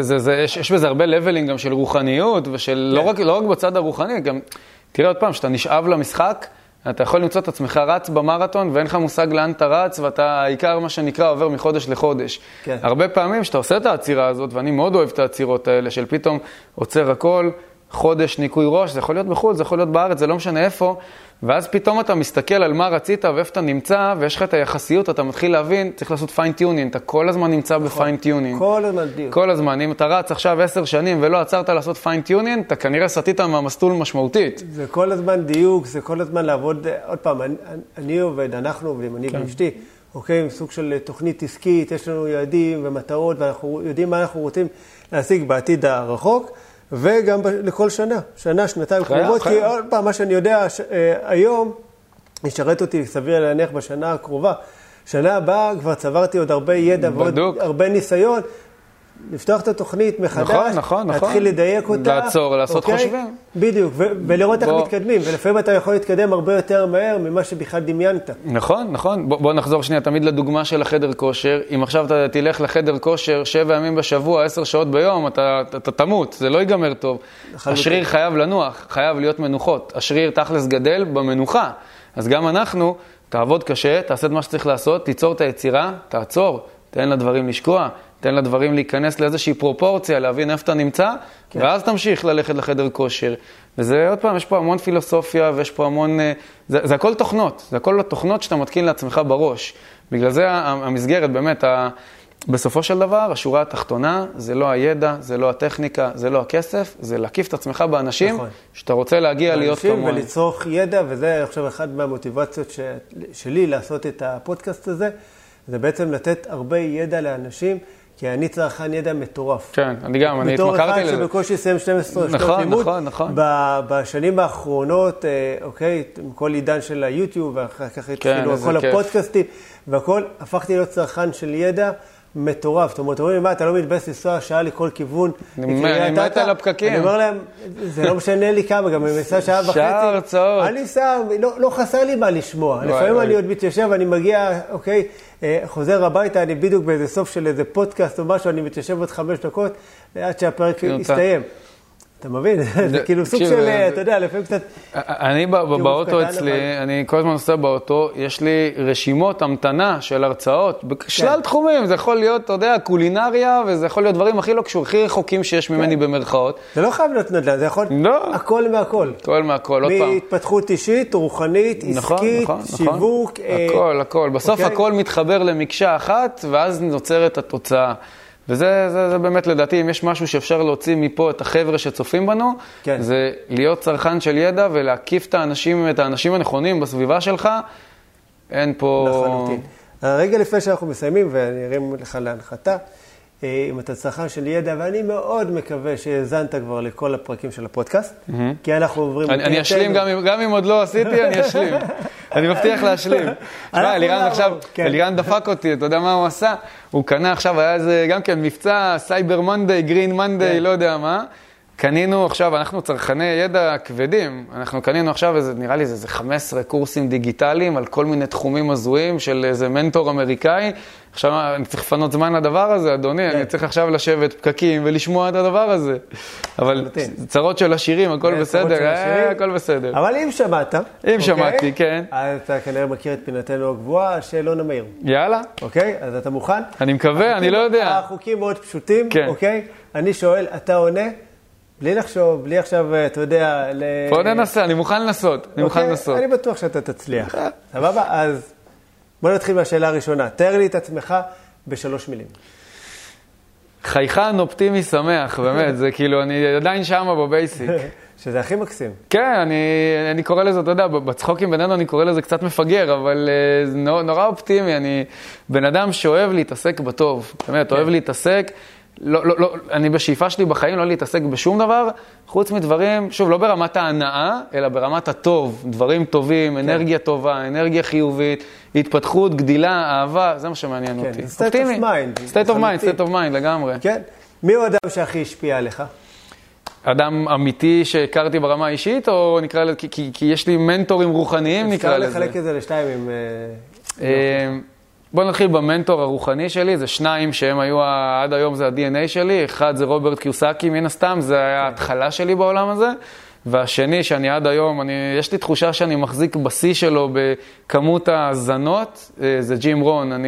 יש בזה הרבה לבלינג גם של רוחניות, ושל לא רק בצד הרוחני, גם, תראה עוד פעם, שאתה נשאב למשחק, אתה יכול למצוא את עצמך רץ במרתון, ואין לך מושג לאן אתה רץ, ואתה העיקר מה שנקרא עובר מחודש לחודש. הרבה פעמים שאתה עושה את העצירה הזאת, ואני מאוד אוהב את העצירות האלה, של פתאום עוצר הכל, חודש ניקוי ראש, זה יכול להיות בחו"ל, זה יכול להיות בארץ, זה לא משנה איפה, ואז פתאום אתה מסתכל על מה רצית ואיפה אתה נמצא, ויש לך את היחסיות, אתה מתחיל להבין, צריך לעשות פיין-טיונינג, אתה כל הזמן נמצא בפיין-טיונינג. כל הזמן דיוק. כל הזמן, אם אתה רץ עכשיו 10 שנים ולא עצרת לעשות פיין-טיונינג, אתה כנראה סטית מהמסלול משמעותית. זה כל הזמן דיוק, זה כל הזמן לעבוד, עוד פעם, אני עובד, אנחנו עובדים, אני ואשתי, אוקיי, עם סוג של תוכנית עסקית, יש לנו יעדים ומטרות, ואנחנו יודעים מה אנחנו רוצים להשיג בעתיד הרחוק, וגם לכל שנה, שנתיים קרובות, כי עוד פעם, מה שאני יודע היום, ישרת אותי סביר להניח בשנה הקרובה. שנה הבאה כבר צברתי עוד הרבה ידע ועוד הרבה ניסיון, לפתוח את התוכנית מחדש, להתחיל לדייק אותה. לעצור, לעשות חושבים. בדיוק, ולראות איך מתקדמים, ולפעמים אתה יכול להתקדם הרבה יותר מהר ממה שבכלל דמיינת. נכון. בוא נחזור שנייה תמיד לדוגמה של החדר כושר. אם עכשיו אתה תלך לחדר כושר 7 ימים בשבוע, 10 שעות ביום, אתה תמות, זה לא ייגמר טוב. השריר חייב לנוח, חייב להיות מנוחות. השריר תכלס גדל במנוחה. אז גם אנחנו, תעבוד קשה, תעשה את מה שצריך לעשות, תיצור את היצירה, תעצור, תן לדברים לשקוע. תן לדברים להיכנס לאיזושהי פרופורציה, להבין איפה אתה נמצא, ואז תמשיך ללכת לחדר כושר. וזה עוד פעם, יש פה המון פילוסופיה, ויש פה המון, זה הכל תוכנות, זה הכל תוכנות שאתה מתקין לעצמך בראש. בגלל זה המסגרת, באמת, בסופו של דבר, השורה התחתונה, זה לא הידע, זה לא הטכניקה, זה לא הכסף, זה להקיף את עצמך באנשים, שאתה רוצה להגיע להיות כמוהם. ולצרוך ידע, וזה עכשיו אחד מהמוטיבציות שלי לעשות את הפודקאסט הזה, זה בעצם לתת הרבה ידע לאנשים, כי אני צרכן ידע מטורף. כן, אני התמכרתי לזה. בתור אחד שבקושי סיים 12 שנות לימוד. נכון. בשנים האחרונות, אוקיי, עם כל עידן של היוטיוב, ואחר כך התחילו כל הפודקאסטים, והכל, הפכתי להיות צרכן של ידע מטורף. זאת אומרת, אומרים, מה, אתה לא מתבאס לנסוע שעה לכל כיוון. אני מת על הפקקים. אני אומר להם, זה לא משנה לי כמה, גם אם נסע שעה וחצי. שעה הרצאות. אני נסע, לא חסר לי מה לשמוע. לפעמים אני עוד מתיישב, אני מגיע, אוקיי, חוזר הביתה, אני בדיוק באיזה סוף של איזה פודקאסט או משהו, אני מתיישב עוד 5 דקות, עד שהפרק יסתיים. אתה מבין? זה כאילו סוג של, אתה יודע, לפעמים קצת... אני באוטו אצלי, אני כל הזמן נוסע באוטו, יש לי רשימות המתנה של הרצאות, בשלל תחומים, זה יכול להיות, אתה יודע, קולינריה, וזה יכול להיות דברים הכי לא קשור, הכי רחוקים שיש ממני במרכאות. זה לא חייב להיות נדל"ן, זה יכול להיות הכל מהכל. הכל מהכל, עוד פעם. מהתפתחות אישית, רוחנית, עסקית, שיווק. הכל. בסוף הכל מתחבר למקשה אחת, ואז נוצרת התוצאה. וזה באמת לדעתי, אם יש משהו שאפשר להוציא מפה את החבר'ה שצופים בנו, זה להיות צרכן של ידע ולהקיף את האנשים הנכונים בסביבה שלך, אין פה... לחלוטין. רגע לפני שאנחנו מסיימים, ואני ארים לך להנחתה, אם אתה צרכן של ידע, ואני מאוד מקווה שהזנת כבר לכל הפרקים של הפודקאסט, כי אנחנו עוברים... אני אשלים, גם אם עוד לא עשיתי, אני אשלים. אני מבטיח להשלים. אלירן עכשיו, אלירן דפק אותי, אתה יודע מה הוא עשה? הוא קנה עכשיו, היה איזה גם כן מבצע, סייבר מנדי, גרין מנדי, לא יודע מה. קנינו עכשיו, אנחנו צרכני ידע כבדים, אנחנו קנינו עכשיו, נראה לי איזה 15 קורסים דיגיטליים על כל מיני תחומים הזויים של איזה מנטור אמריקאי. עכשיו אני צריך לפנות זמן לדבר הזה, אדוני, אני צריך עכשיו לשבת פקקים ולשמוע את הדבר הזה. אבל צרות של השירים, הכל בסדר, הכל בסדר. אבל אם שמעת, אם שמעתי, כן. אתה כנראה מכיר את פינתנו הגבוהה, שאלון המהיר. יאללה. אוקיי, אז אתה מוכן? אני מקווה, אני לא יודע. החוקים מאוד פשוטים, אוקיי? אני שואל, אתה עונה? בלי לחשוב, בלי עכשיו, אתה יודע... בוא ננסה, אני מוכן לנסות. אני בטוח שאתה תצליח. סבבה? אז בוא נתחיל מהשאלה הראשונה. תאר לי את עצמך ב3 מילים. חייכן, אופטימי, שמח, באמת, זה כאילו, אני עדיין שמה בבייסיק. שזה הכי מקסים. כן, אני קורא לזה, אתה יודע, בצחוקים בינינו אני קורא לזה קצת מפגר, אבל זה נורא אופטימי, אני בן אדם שאוהב להתעסק בטוב, באמת, אוהב להתעסק, אני בשאיפה שלי בחיים לא להתעסק בשום דבר, חוץ מדברים, שוב, לא ברמת ההנאה, אלא ברמת הטוב, דברים טובים, אנרגיה טובה, אנרגיה חיובית, התפתחות, גדילה, אהבה, זה מה שמעניין אותי. state of mind. state of mind, לגמרי. כן. מי הוא אדם שהכי השפיע עליך? אדם אמיתי שהכרתי ברמה האישית, או נקרא לזה, כי יש לי מנטורים רוחניים, נקרא לזה. אפשר לחלק את זה לשתיים עם... בוא נתחיל במנטור הרוחני שלי, זה 2 שהם היו, עד היום זה ה-DNA שלי, אחד זה רוברט קיוסקי, מן הסתם, זה היה ההתחלה שלי בעולם הזה, והשני שאני עד היום, יש לי תחושה שאני מחזיק בשיא שלו בכמות הזנות, זה ג'ים רון, אני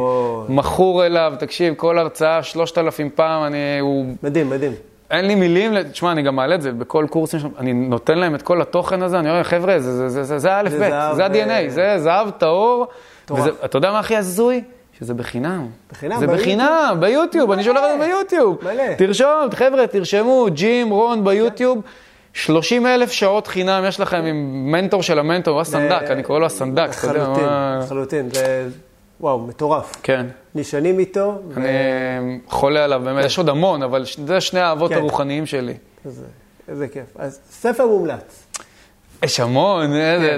מכור אליו, תקשיב, כל הרצאה 3,000 פעם, מדהים, מדהים. אין לי מילים, תשמע, אני גם מעלה את זה בכל קורסים, אני נותן להם את כל התוכן הזה, אני אומר, חבר'ה, זה האלף בית, זה ה-DNA, זה זהב טהור, אתה יודע מה הכי הזוי? שזה בחינם. בחינם? זה בחינם, ביוטיוב, אני שולח את זה ביוטיוב. מלא. תרשום, חבר'ה, תרשמו, ג'ים, רון ביוטיוב, 30,000 שעות חינם יש לכם עם מנטור של המנטור, הוא הסנדק, אני קורא לו הסנדק. חלוטין, זה וואו, מטורף. כן. נשענים איתו. אני חולה עליו, באמת, יש עוד המון, אבל זה שני האבות הרוחניים שלי. איזה כיף. אז ספר מומלץ. יש המון,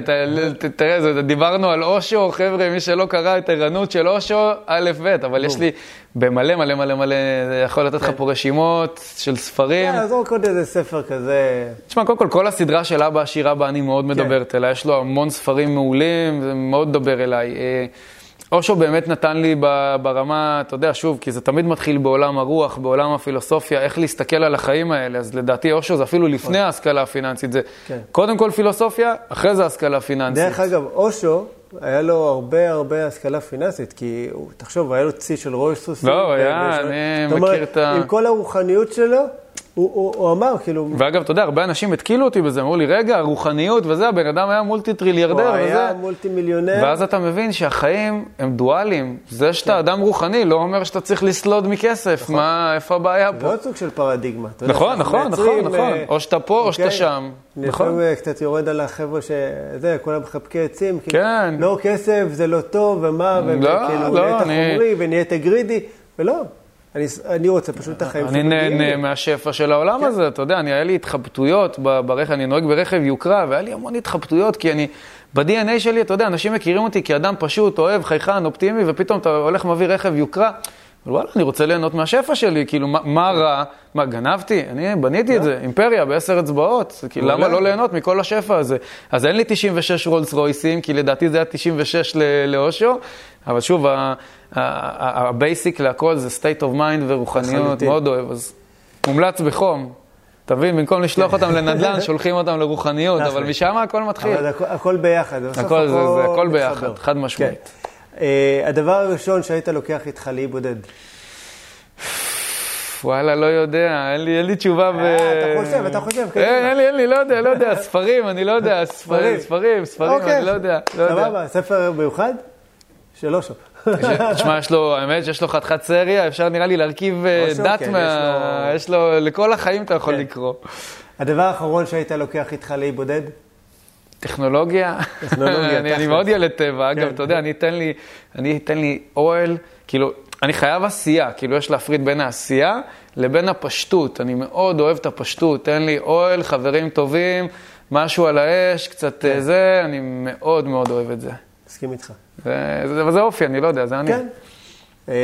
תראה, דיברנו על אושו, חבר'ה, מי שלא קרא את הערנות של אושו, א' ב', אבל יש לי במלא מלא מלא מלא, יכול לתת לך פה רשימות של ספרים. אז עוד איזה ספר כזה. תשמע, קודם כל הסדרה של אבא עשיר אבא אני מאוד מדברת אליי, יש לו המון ספרים מעולים, זה מאוד מדבר אליי. אושו באמת נתן לי ברמה, אתה יודע, שוב, כי זה תמיד מתחיל בעולם הרוח, בעולם הפילוסופיה, איך להסתכל על החיים האלה. אז לדעתי אושו זה אפילו לפני ההשכלה הפיננסית, זה קודם כל פילוסופיה, אחרי זה ההשכלה הפיננסית. דרך אגב, אושו, היה לו הרבה השכלה פיננסית, כי תחשוב, היה לו צי של ראש סוסים. לא, היה, אני מכיר את ה... עם כל הרוחניות שלו, הוא אמר, כאילו... ואגב, אתה יודע, הרבה אנשים התקילו אותי בזה, אמרו לי, רגע, הרוחניות וזה, הבן אדם היה מולטי טריליארדר וזה. הוא היה מולטי מיליונר. ואז אתה מבין שהחיים הם דואליים. זה שאתה אדם רוחני לא אומר שאתה צריך לסלוד מכסף. מה, איפה הבעיה פה? זה עוד סוג של פרדיגמה. נכון. או שאתה פה או שאתה שם. נכון. קצת יורד על החבר'ה שזה, כולם מחבקי עצים. כן. לא כסף, זה לא טוב, ומה, וכאילו, נהיית חומרי ונהיית גרידי, ולא. אני רוצה פשוט את החיים אני נהנה מהשפע של העולם הזה, אתה יודע, היה לי התחבטויות ברכב, אני נוהג ברכב יוקרה, והיה לי המון התחבטויות, כי אני, ב-DNA שלי, אתה יודע, אנשים מכירים אותי כאדם פשוט, אוהב, חייכן, אופטימי, ופתאום אתה הולך מביא רכב יוקרה, אבל וואלה, אני רוצה ליהנות מהשפע שלי, כאילו, מה רע? מה, גנבתי? אני בניתי את זה, אימפריה, ב10 אצבעות, למה לא ליהנות מכל השפע הזה? אז אין לי 96 רולס רויסים, כי לדעתי זה היה 96 לאושו, אבל שוב, הבייסיק להכל זה state of mind ורוחניות, מאוד אוהב, אז מומלץ בחום. תבין, במקום לשלוח אותם לנדל"ן, שולחים אותם לרוחניות, אבל משם הכל מתחיל. אבל הכל ביחד. הכל ביחד, חד משמעית. הדבר הראשון שהיית לוקח איתך לאי בודד? וואלה, לא יודע, אין לי תשובה אתה חושב. אין לי, לא יודע, ספרים, אני לא יודע, ספרים, אני לא יודע. סבבה, ספר מיוחד? של אושו. תשמע, האמת שיש לו חתיכת סריה, אפשר נראה לי להרכיב דת יש לו, לכל החיים אתה יכול לקרוא. הדבר האחרון שהיית לוקח איתך לאי בודד? טכנולוגיה. אני מאוד ילד טבע, אגב, אתה יודע, אני אתן לי אוהל, כאילו, אני חייב עשייה, כאילו יש להפריד בין העשייה לבין הפשטות, אני מאוד אוהב את הפשטות, תן לי אוהל, חברים טובים, משהו על האש, קצת זה, אני מאוד מאוד אוהב את זה. מסכים איתך. וזה אופי, אני לא יודע, זה אני. כן.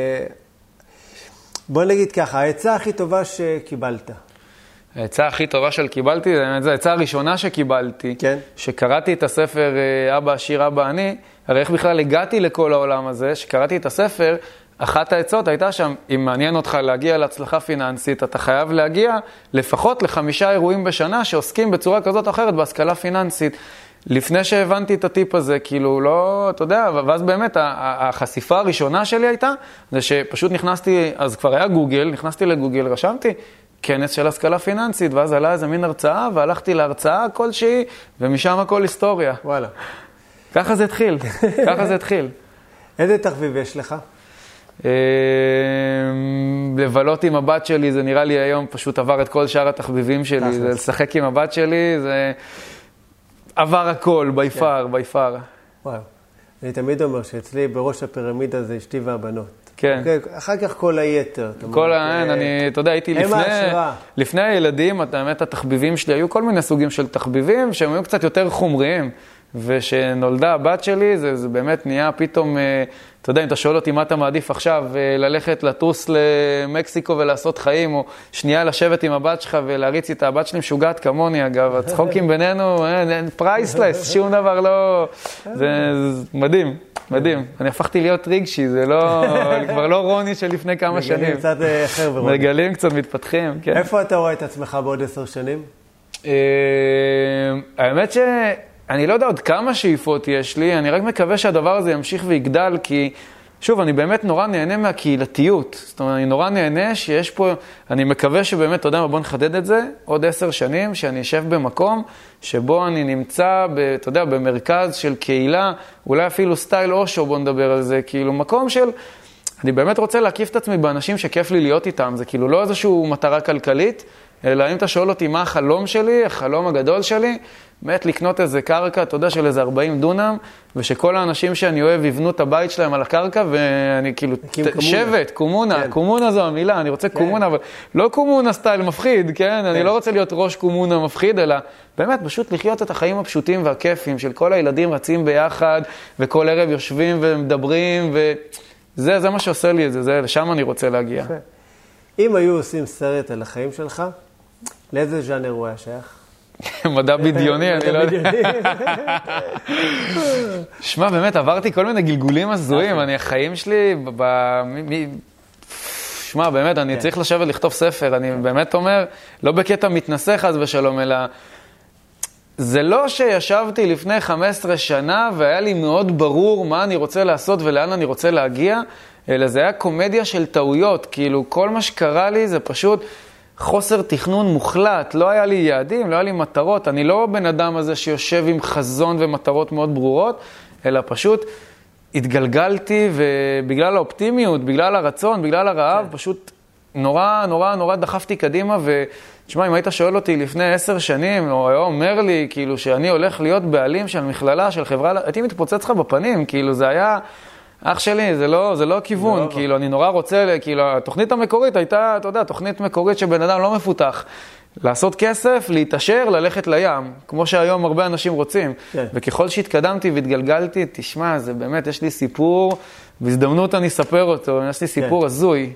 בוא נגיד ככה, העצה הכי טובה שקיבלת. העצה הכי טובה שקיבלתי, זו העצה הראשונה שקיבלתי, שקראתי את הספר אבא עשיר אבא אני, הרי איך בכלל הגעתי לכל העולם הזה, שקראתי את הספר, אחת העצות הייתה שם, אם מעניין אותך להגיע להצלחה פיננסית, אתה חייב להגיע לפחות ל5 אירועים בשנה שעוסקים בצורה כזאת או אחרת בהשכלה פיננסית. לפני שהבנתי את הטיפ הזה, כאילו לא, אתה יודע, ואז באמת החשיפה הראשונה שלי הייתה, זה שפשוט נכנסתי, אז כבר היה גוגל, נכנסתי לגוגל, רשמתי, כנס של השכלה פיננסית, ואז עלה איזה מין הרצאה, והלכתי להרצאה כלשהי, ומשם הכל היסטוריה. וואלה. ככה זה התחיל, ככה זה התחיל. איזה תחביב יש לך? לבלות עם הבת שלי, זה נראה לי היום פשוט עבר את כל שאר התחביבים שלי, זה לשחק עם הבת שלי, זה עבר הכל, ביפר. וואו, אני תמיד אומר שאצלי בראש הפירמידה זה אשתי והבנות. כן. אחר כך כל היתר. אתה יודע, הייתי לפני הילדים, האמת התחביבים שלי, היו כל מיני סוגים של תחביבים, שהם היו קצת יותר חומריים, ושנולדה הבת שלי, זה באמת נהיה פתאום, אתה יודע, אם אתה שואל אותי מה אתה מעדיף עכשיו, ללכת לטוס למקסיקו ולעשות חיים, או שנייה לשבת עם הבת שלך ולהריץ איתה, הבת שלי משוגעת כמוני, אגב, הצחוקים בינינו, אין פרייסלס, שום דבר לא, זה מדהים. מדהים, אני הפכתי להיות רגשי, זה לא, כבר לא רוני של לפני כמה שנים. מגלים קצת אחר ורוני. מגלים קצת מתפתחים, כן. איפה אתה רואה את עצמך בעוד 10 שנים? האמת שאני לא יודע עוד כמה שאיפות יש לי, אני רק מקווה שהדבר הזה ימשיך ויגדל, כי שוב, אני באמת נורא נהנה מהקהילתיות. זאת אומרת, אני נורא נהנה שיש פה, אני מקווה שבאמת, אתה יודע מה, בוא נחדד את זה, עוד 10 שנים, שאני אשב במקום שבו אני נמצא, אתה יודע, במרכז של קהילה, אולי אפילו סטייל אושו, בוא נדבר על זה, כאילו מקום של, אני באמת רוצה להקיף את עצמי באנשים שכיף לי להיות איתם, זה כאילו לא איזושהי מטרה כלכלית, אלא אם אתה שואל אותי מה החלום שלי, החלום הגדול שלי, באמת לקנות איזה קרקע, אתה יודע, של איזה 40 דונם, ושכל האנשים שאני אוהב יבנו את הבית שלהם על הקרקע, ואני כאילו, שבט, קומונה, קומונה זו המילה, אני רוצה קומונה, אבל לא קומונה סטייל מפחיד, כן? אני לא רוצה להיות ראש קומונה מפחיד, אלא באמת פשוט לחיות את החיים הפשוטים והכיפים, של כל הילדים רצים ביחד, וכל ערב יושבים ומדברים, וזה מה שעושה לי את זה, לשם אני רוצה להגיע. אם היו עושים סרט על החיים שלך, לאיזה ז'אנר הוא היה שייך? מדע בדיוני, אני לא יודע. שמע, באמת, עברתי כל מיני גלגולים הזויים, החיים שלי, שמע, באמת, אני צריך לשבת לכתוב ספר, אני באמת אומר, לא בקטע מתנסה חס ושלום, אלא זה לא שישבתי לפני 15 שנה, והיה לי מאוד ברור מה אני רוצה לעשות ולאן אני רוצה להגיע, אלא זה היה קומדיה של טעויות, כאילו כל מה שקרה לי זה פשוט חוסר תכנון מוחלט, לא היה לי יעדים, לא היה לי מטרות, אני לא בן אדם הזה שיושב עם חזון ומטרות מאוד ברורות, אלא פשוט התגלגלתי ובגלל האופטימיות, בגלל הרצון, בגלל הרעב, פשוט נורא דחפתי קדימה תשמע, אם היית שואל אותי לפני 10 שנים, או היה אומר לי, כאילו, שאני הולך להיות בעלים של מכללה, של חברה, הייתי מתפוצץ לך בפנים, כאילו, זה היה, אח שלי, זה לא כיוון, כאילו, אני נורא רוצה, כאילו, התוכנית המקורית הייתה, אתה יודע, תוכנית מקורית שבן אדם לא מפותח, לעשות כסף, להתעשר, ללכת לים, כמו שהיום הרבה אנשים רוצים, וככל שהתקדמתי והתגלגלתי, תשמע, זה באמת, יש לי סיפור, בהזדמנות אני אספר אותו, יש לי סיפור הזוי.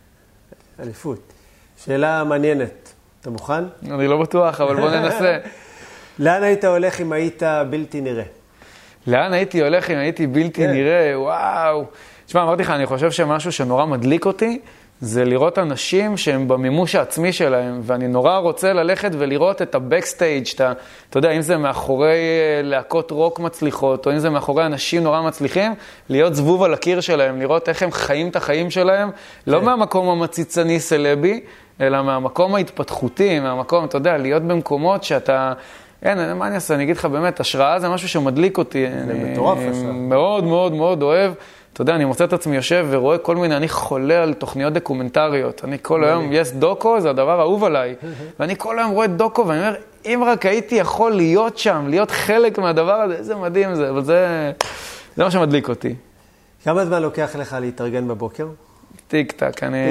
אליפות. שאלה מעניינת. אתה מוכן? אני לא בטוח, אבל בוא ננסה. לאן היית הולך אם היית בלתי נראה? לאן הייתי הולך אם הייתי בלתי נראה? וואו. תשמע, אמרתי לך, אני חושב שמשהו שנורא מדליק אותי, זה לראות אנשים שהם במימוש העצמי שלהם, ואני נורא רוצה ללכת ולראות את הבקסטייג', אתה יודע, אם זה מאחורי להקות רוק מצליחות, או אם זה מאחורי אנשים נורא מצליחים, להיות זבוב על הקיר שלהם, לראות איך הם חיים את החיים שלהם, לא מהמקום המציצני סלבי, אלא מהמקום ההתפתחותי, מהמקום, אתה יודע, להיות במקומות שאתה, אין, מה אני אעשה, אני אגיד לך באמת, השראה זה משהו שמדליק אותי. זה מטורף השראה. מאוד מאוד מאוד אוהב. אתה יודע, אני מוצא את עצמי יושב ורואה כל מיני, אני חולה על תוכניות דוקומנטריות. אני כל היום, יש דוקו, זה הדבר האהוב עליי. ואני כל היום רואה דוקו ואני אומר, אם רק הייתי יכול להיות שם, להיות חלק מהדבר הזה, איזה מדהים זה, אבל זה מה שמדליק אותי. כמה זמן לוקח לך להתארגן בבוקר? טיק-טק, אני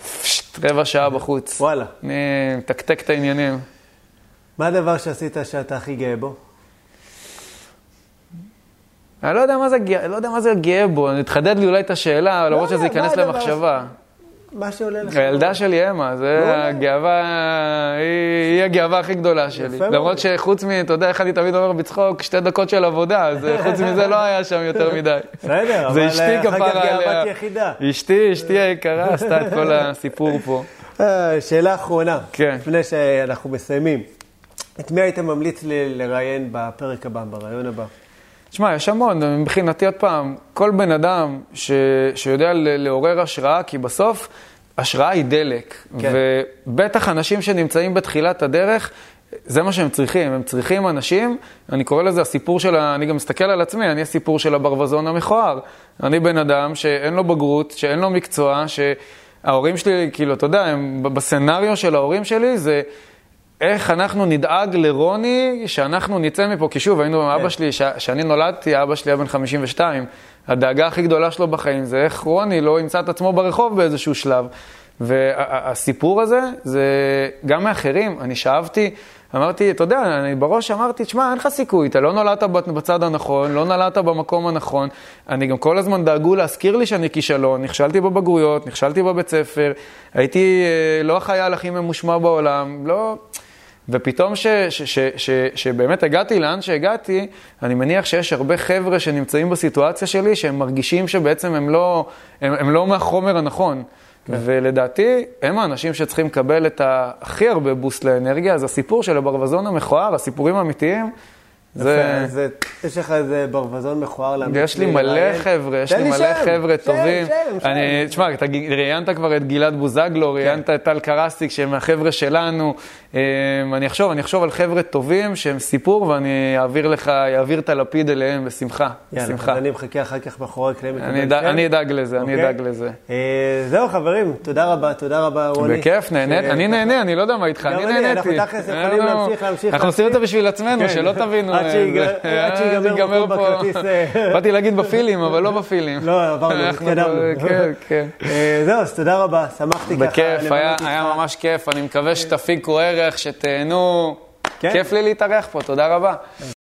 רבע שעה בחוץ. וואלה. אני מתקתק את העניינים. מה הדבר שעשית שאתה הכי גאה בו? אני לא יודע מה זה גאה בו, נתחדד לי אולי את השאלה, למרות שזה ייכנס למחשבה. מה שעולה לך? הילדה שלי, אמה, זה הגאווה, היא הגאווה הכי גדולה שלי. למרות שחוץ אתה יודע, איך אני תמיד אומר בצחוק, 2 דקות של עבודה, אז חוץ מזה לא היה שם יותר מדי. בסדר, אבל אחר כך גאוות יחידה. אשתי היקרה עשתה את כל הסיפור פה. שאלה אחרונה, כן. לפני שאנחנו מסיימים. את מי היית ממליץ לראיין בפרק הבא, ברעיון הבא? תשמע, יש המון, מבחינתי עוד פעם, כל בן אדם שיודע לעורר השראה, כי בסוף השראה היא דלק, ובטח אנשים שנמצאים בתחילת הדרך, זה מה שהם צריכים, הם צריכים אנשים, אני קורא לזה הסיפור של, אני גם מסתכל על עצמי, אני הסיפור של הברווזון המכוער. אני בן אדם שאין לו בגרות, שאין לו מקצוע, שההורים שלי, כאילו, אתה יודע, בסנריו של ההורים שלי זה איך אנחנו נדאג לרוני שאנחנו נצא מפה, כי שוב, היינו, אבא שלי, שאני נולדתי, אבא שלי היה בן 52, הדאגה הכי גדולה שלו בחיים זה איך רוני לא ימצא את עצמו ברחוב באיזשהו שלב. והסיפור הזה, זה גם מאחרים, אני שאבתי, אמרתי, אתה יודע, אני בראש אמרתי, תשמע, אין לך סיכוי, אתה לא נולדת בצד הנכון, לא נולדת במקום הנכון, אני גם כל הזמן דאגו להזכיר לי שאני כישלון, נכשלתי בבגרויות, נכשלתי בבית ספר, הייתי לא החייל הכי ממושמע בעולם, לא... ופתאום שבאמת הגעתי לאן שהגעתי, אני מניח שיש הרבה חבר'ה שנמצאים בסיטואציה שלי, שהם מרגישים שבעצם הם לא מהחומר הנכון. ולדעתי, הם האנשים שצריכים לקבל את הכי הרבה בוסט לאנרגיה, אז הסיפור של הברווזון המכוער, הסיפורים האמיתיים, זה... יש לך איזה ברווזון מכוער להמציא? יש לי מלא חבר'ה, יש לי מלא חבר'ה טובים. תשמע, אתה ראיינת כבר את גלעד בוזגלו, ראיינת את טל קרסיק, שהם מהחבר'ה שלנו. אני אחשוב על חבר'ה טובים שהם סיפור, ואני אעביר את הלפיד אליהם בשמחה. יאללה, אני מחכה אחר כך מאחורי קלעים. אני אדאג לזה. זהו חברים, תודה רבה רוני. בכיף, אני נהנה, אני לא יודע מה איתך, אני נהניתי. אנחנו עושים את זה בשביל עצמנו, שלא תבינו. עד שיגמר פה בכרטיס. באתי להגיד בפילים, אבל לא בפילים. לא, עברנו, התקדמנו. כן. זהו, אז תודה רבה, שמחתי ככה. בכיף, היה ממש כיף, אני מקווה שתפיקו ערך, שתהנו. כיף לי להתארח פה, תודה רבה.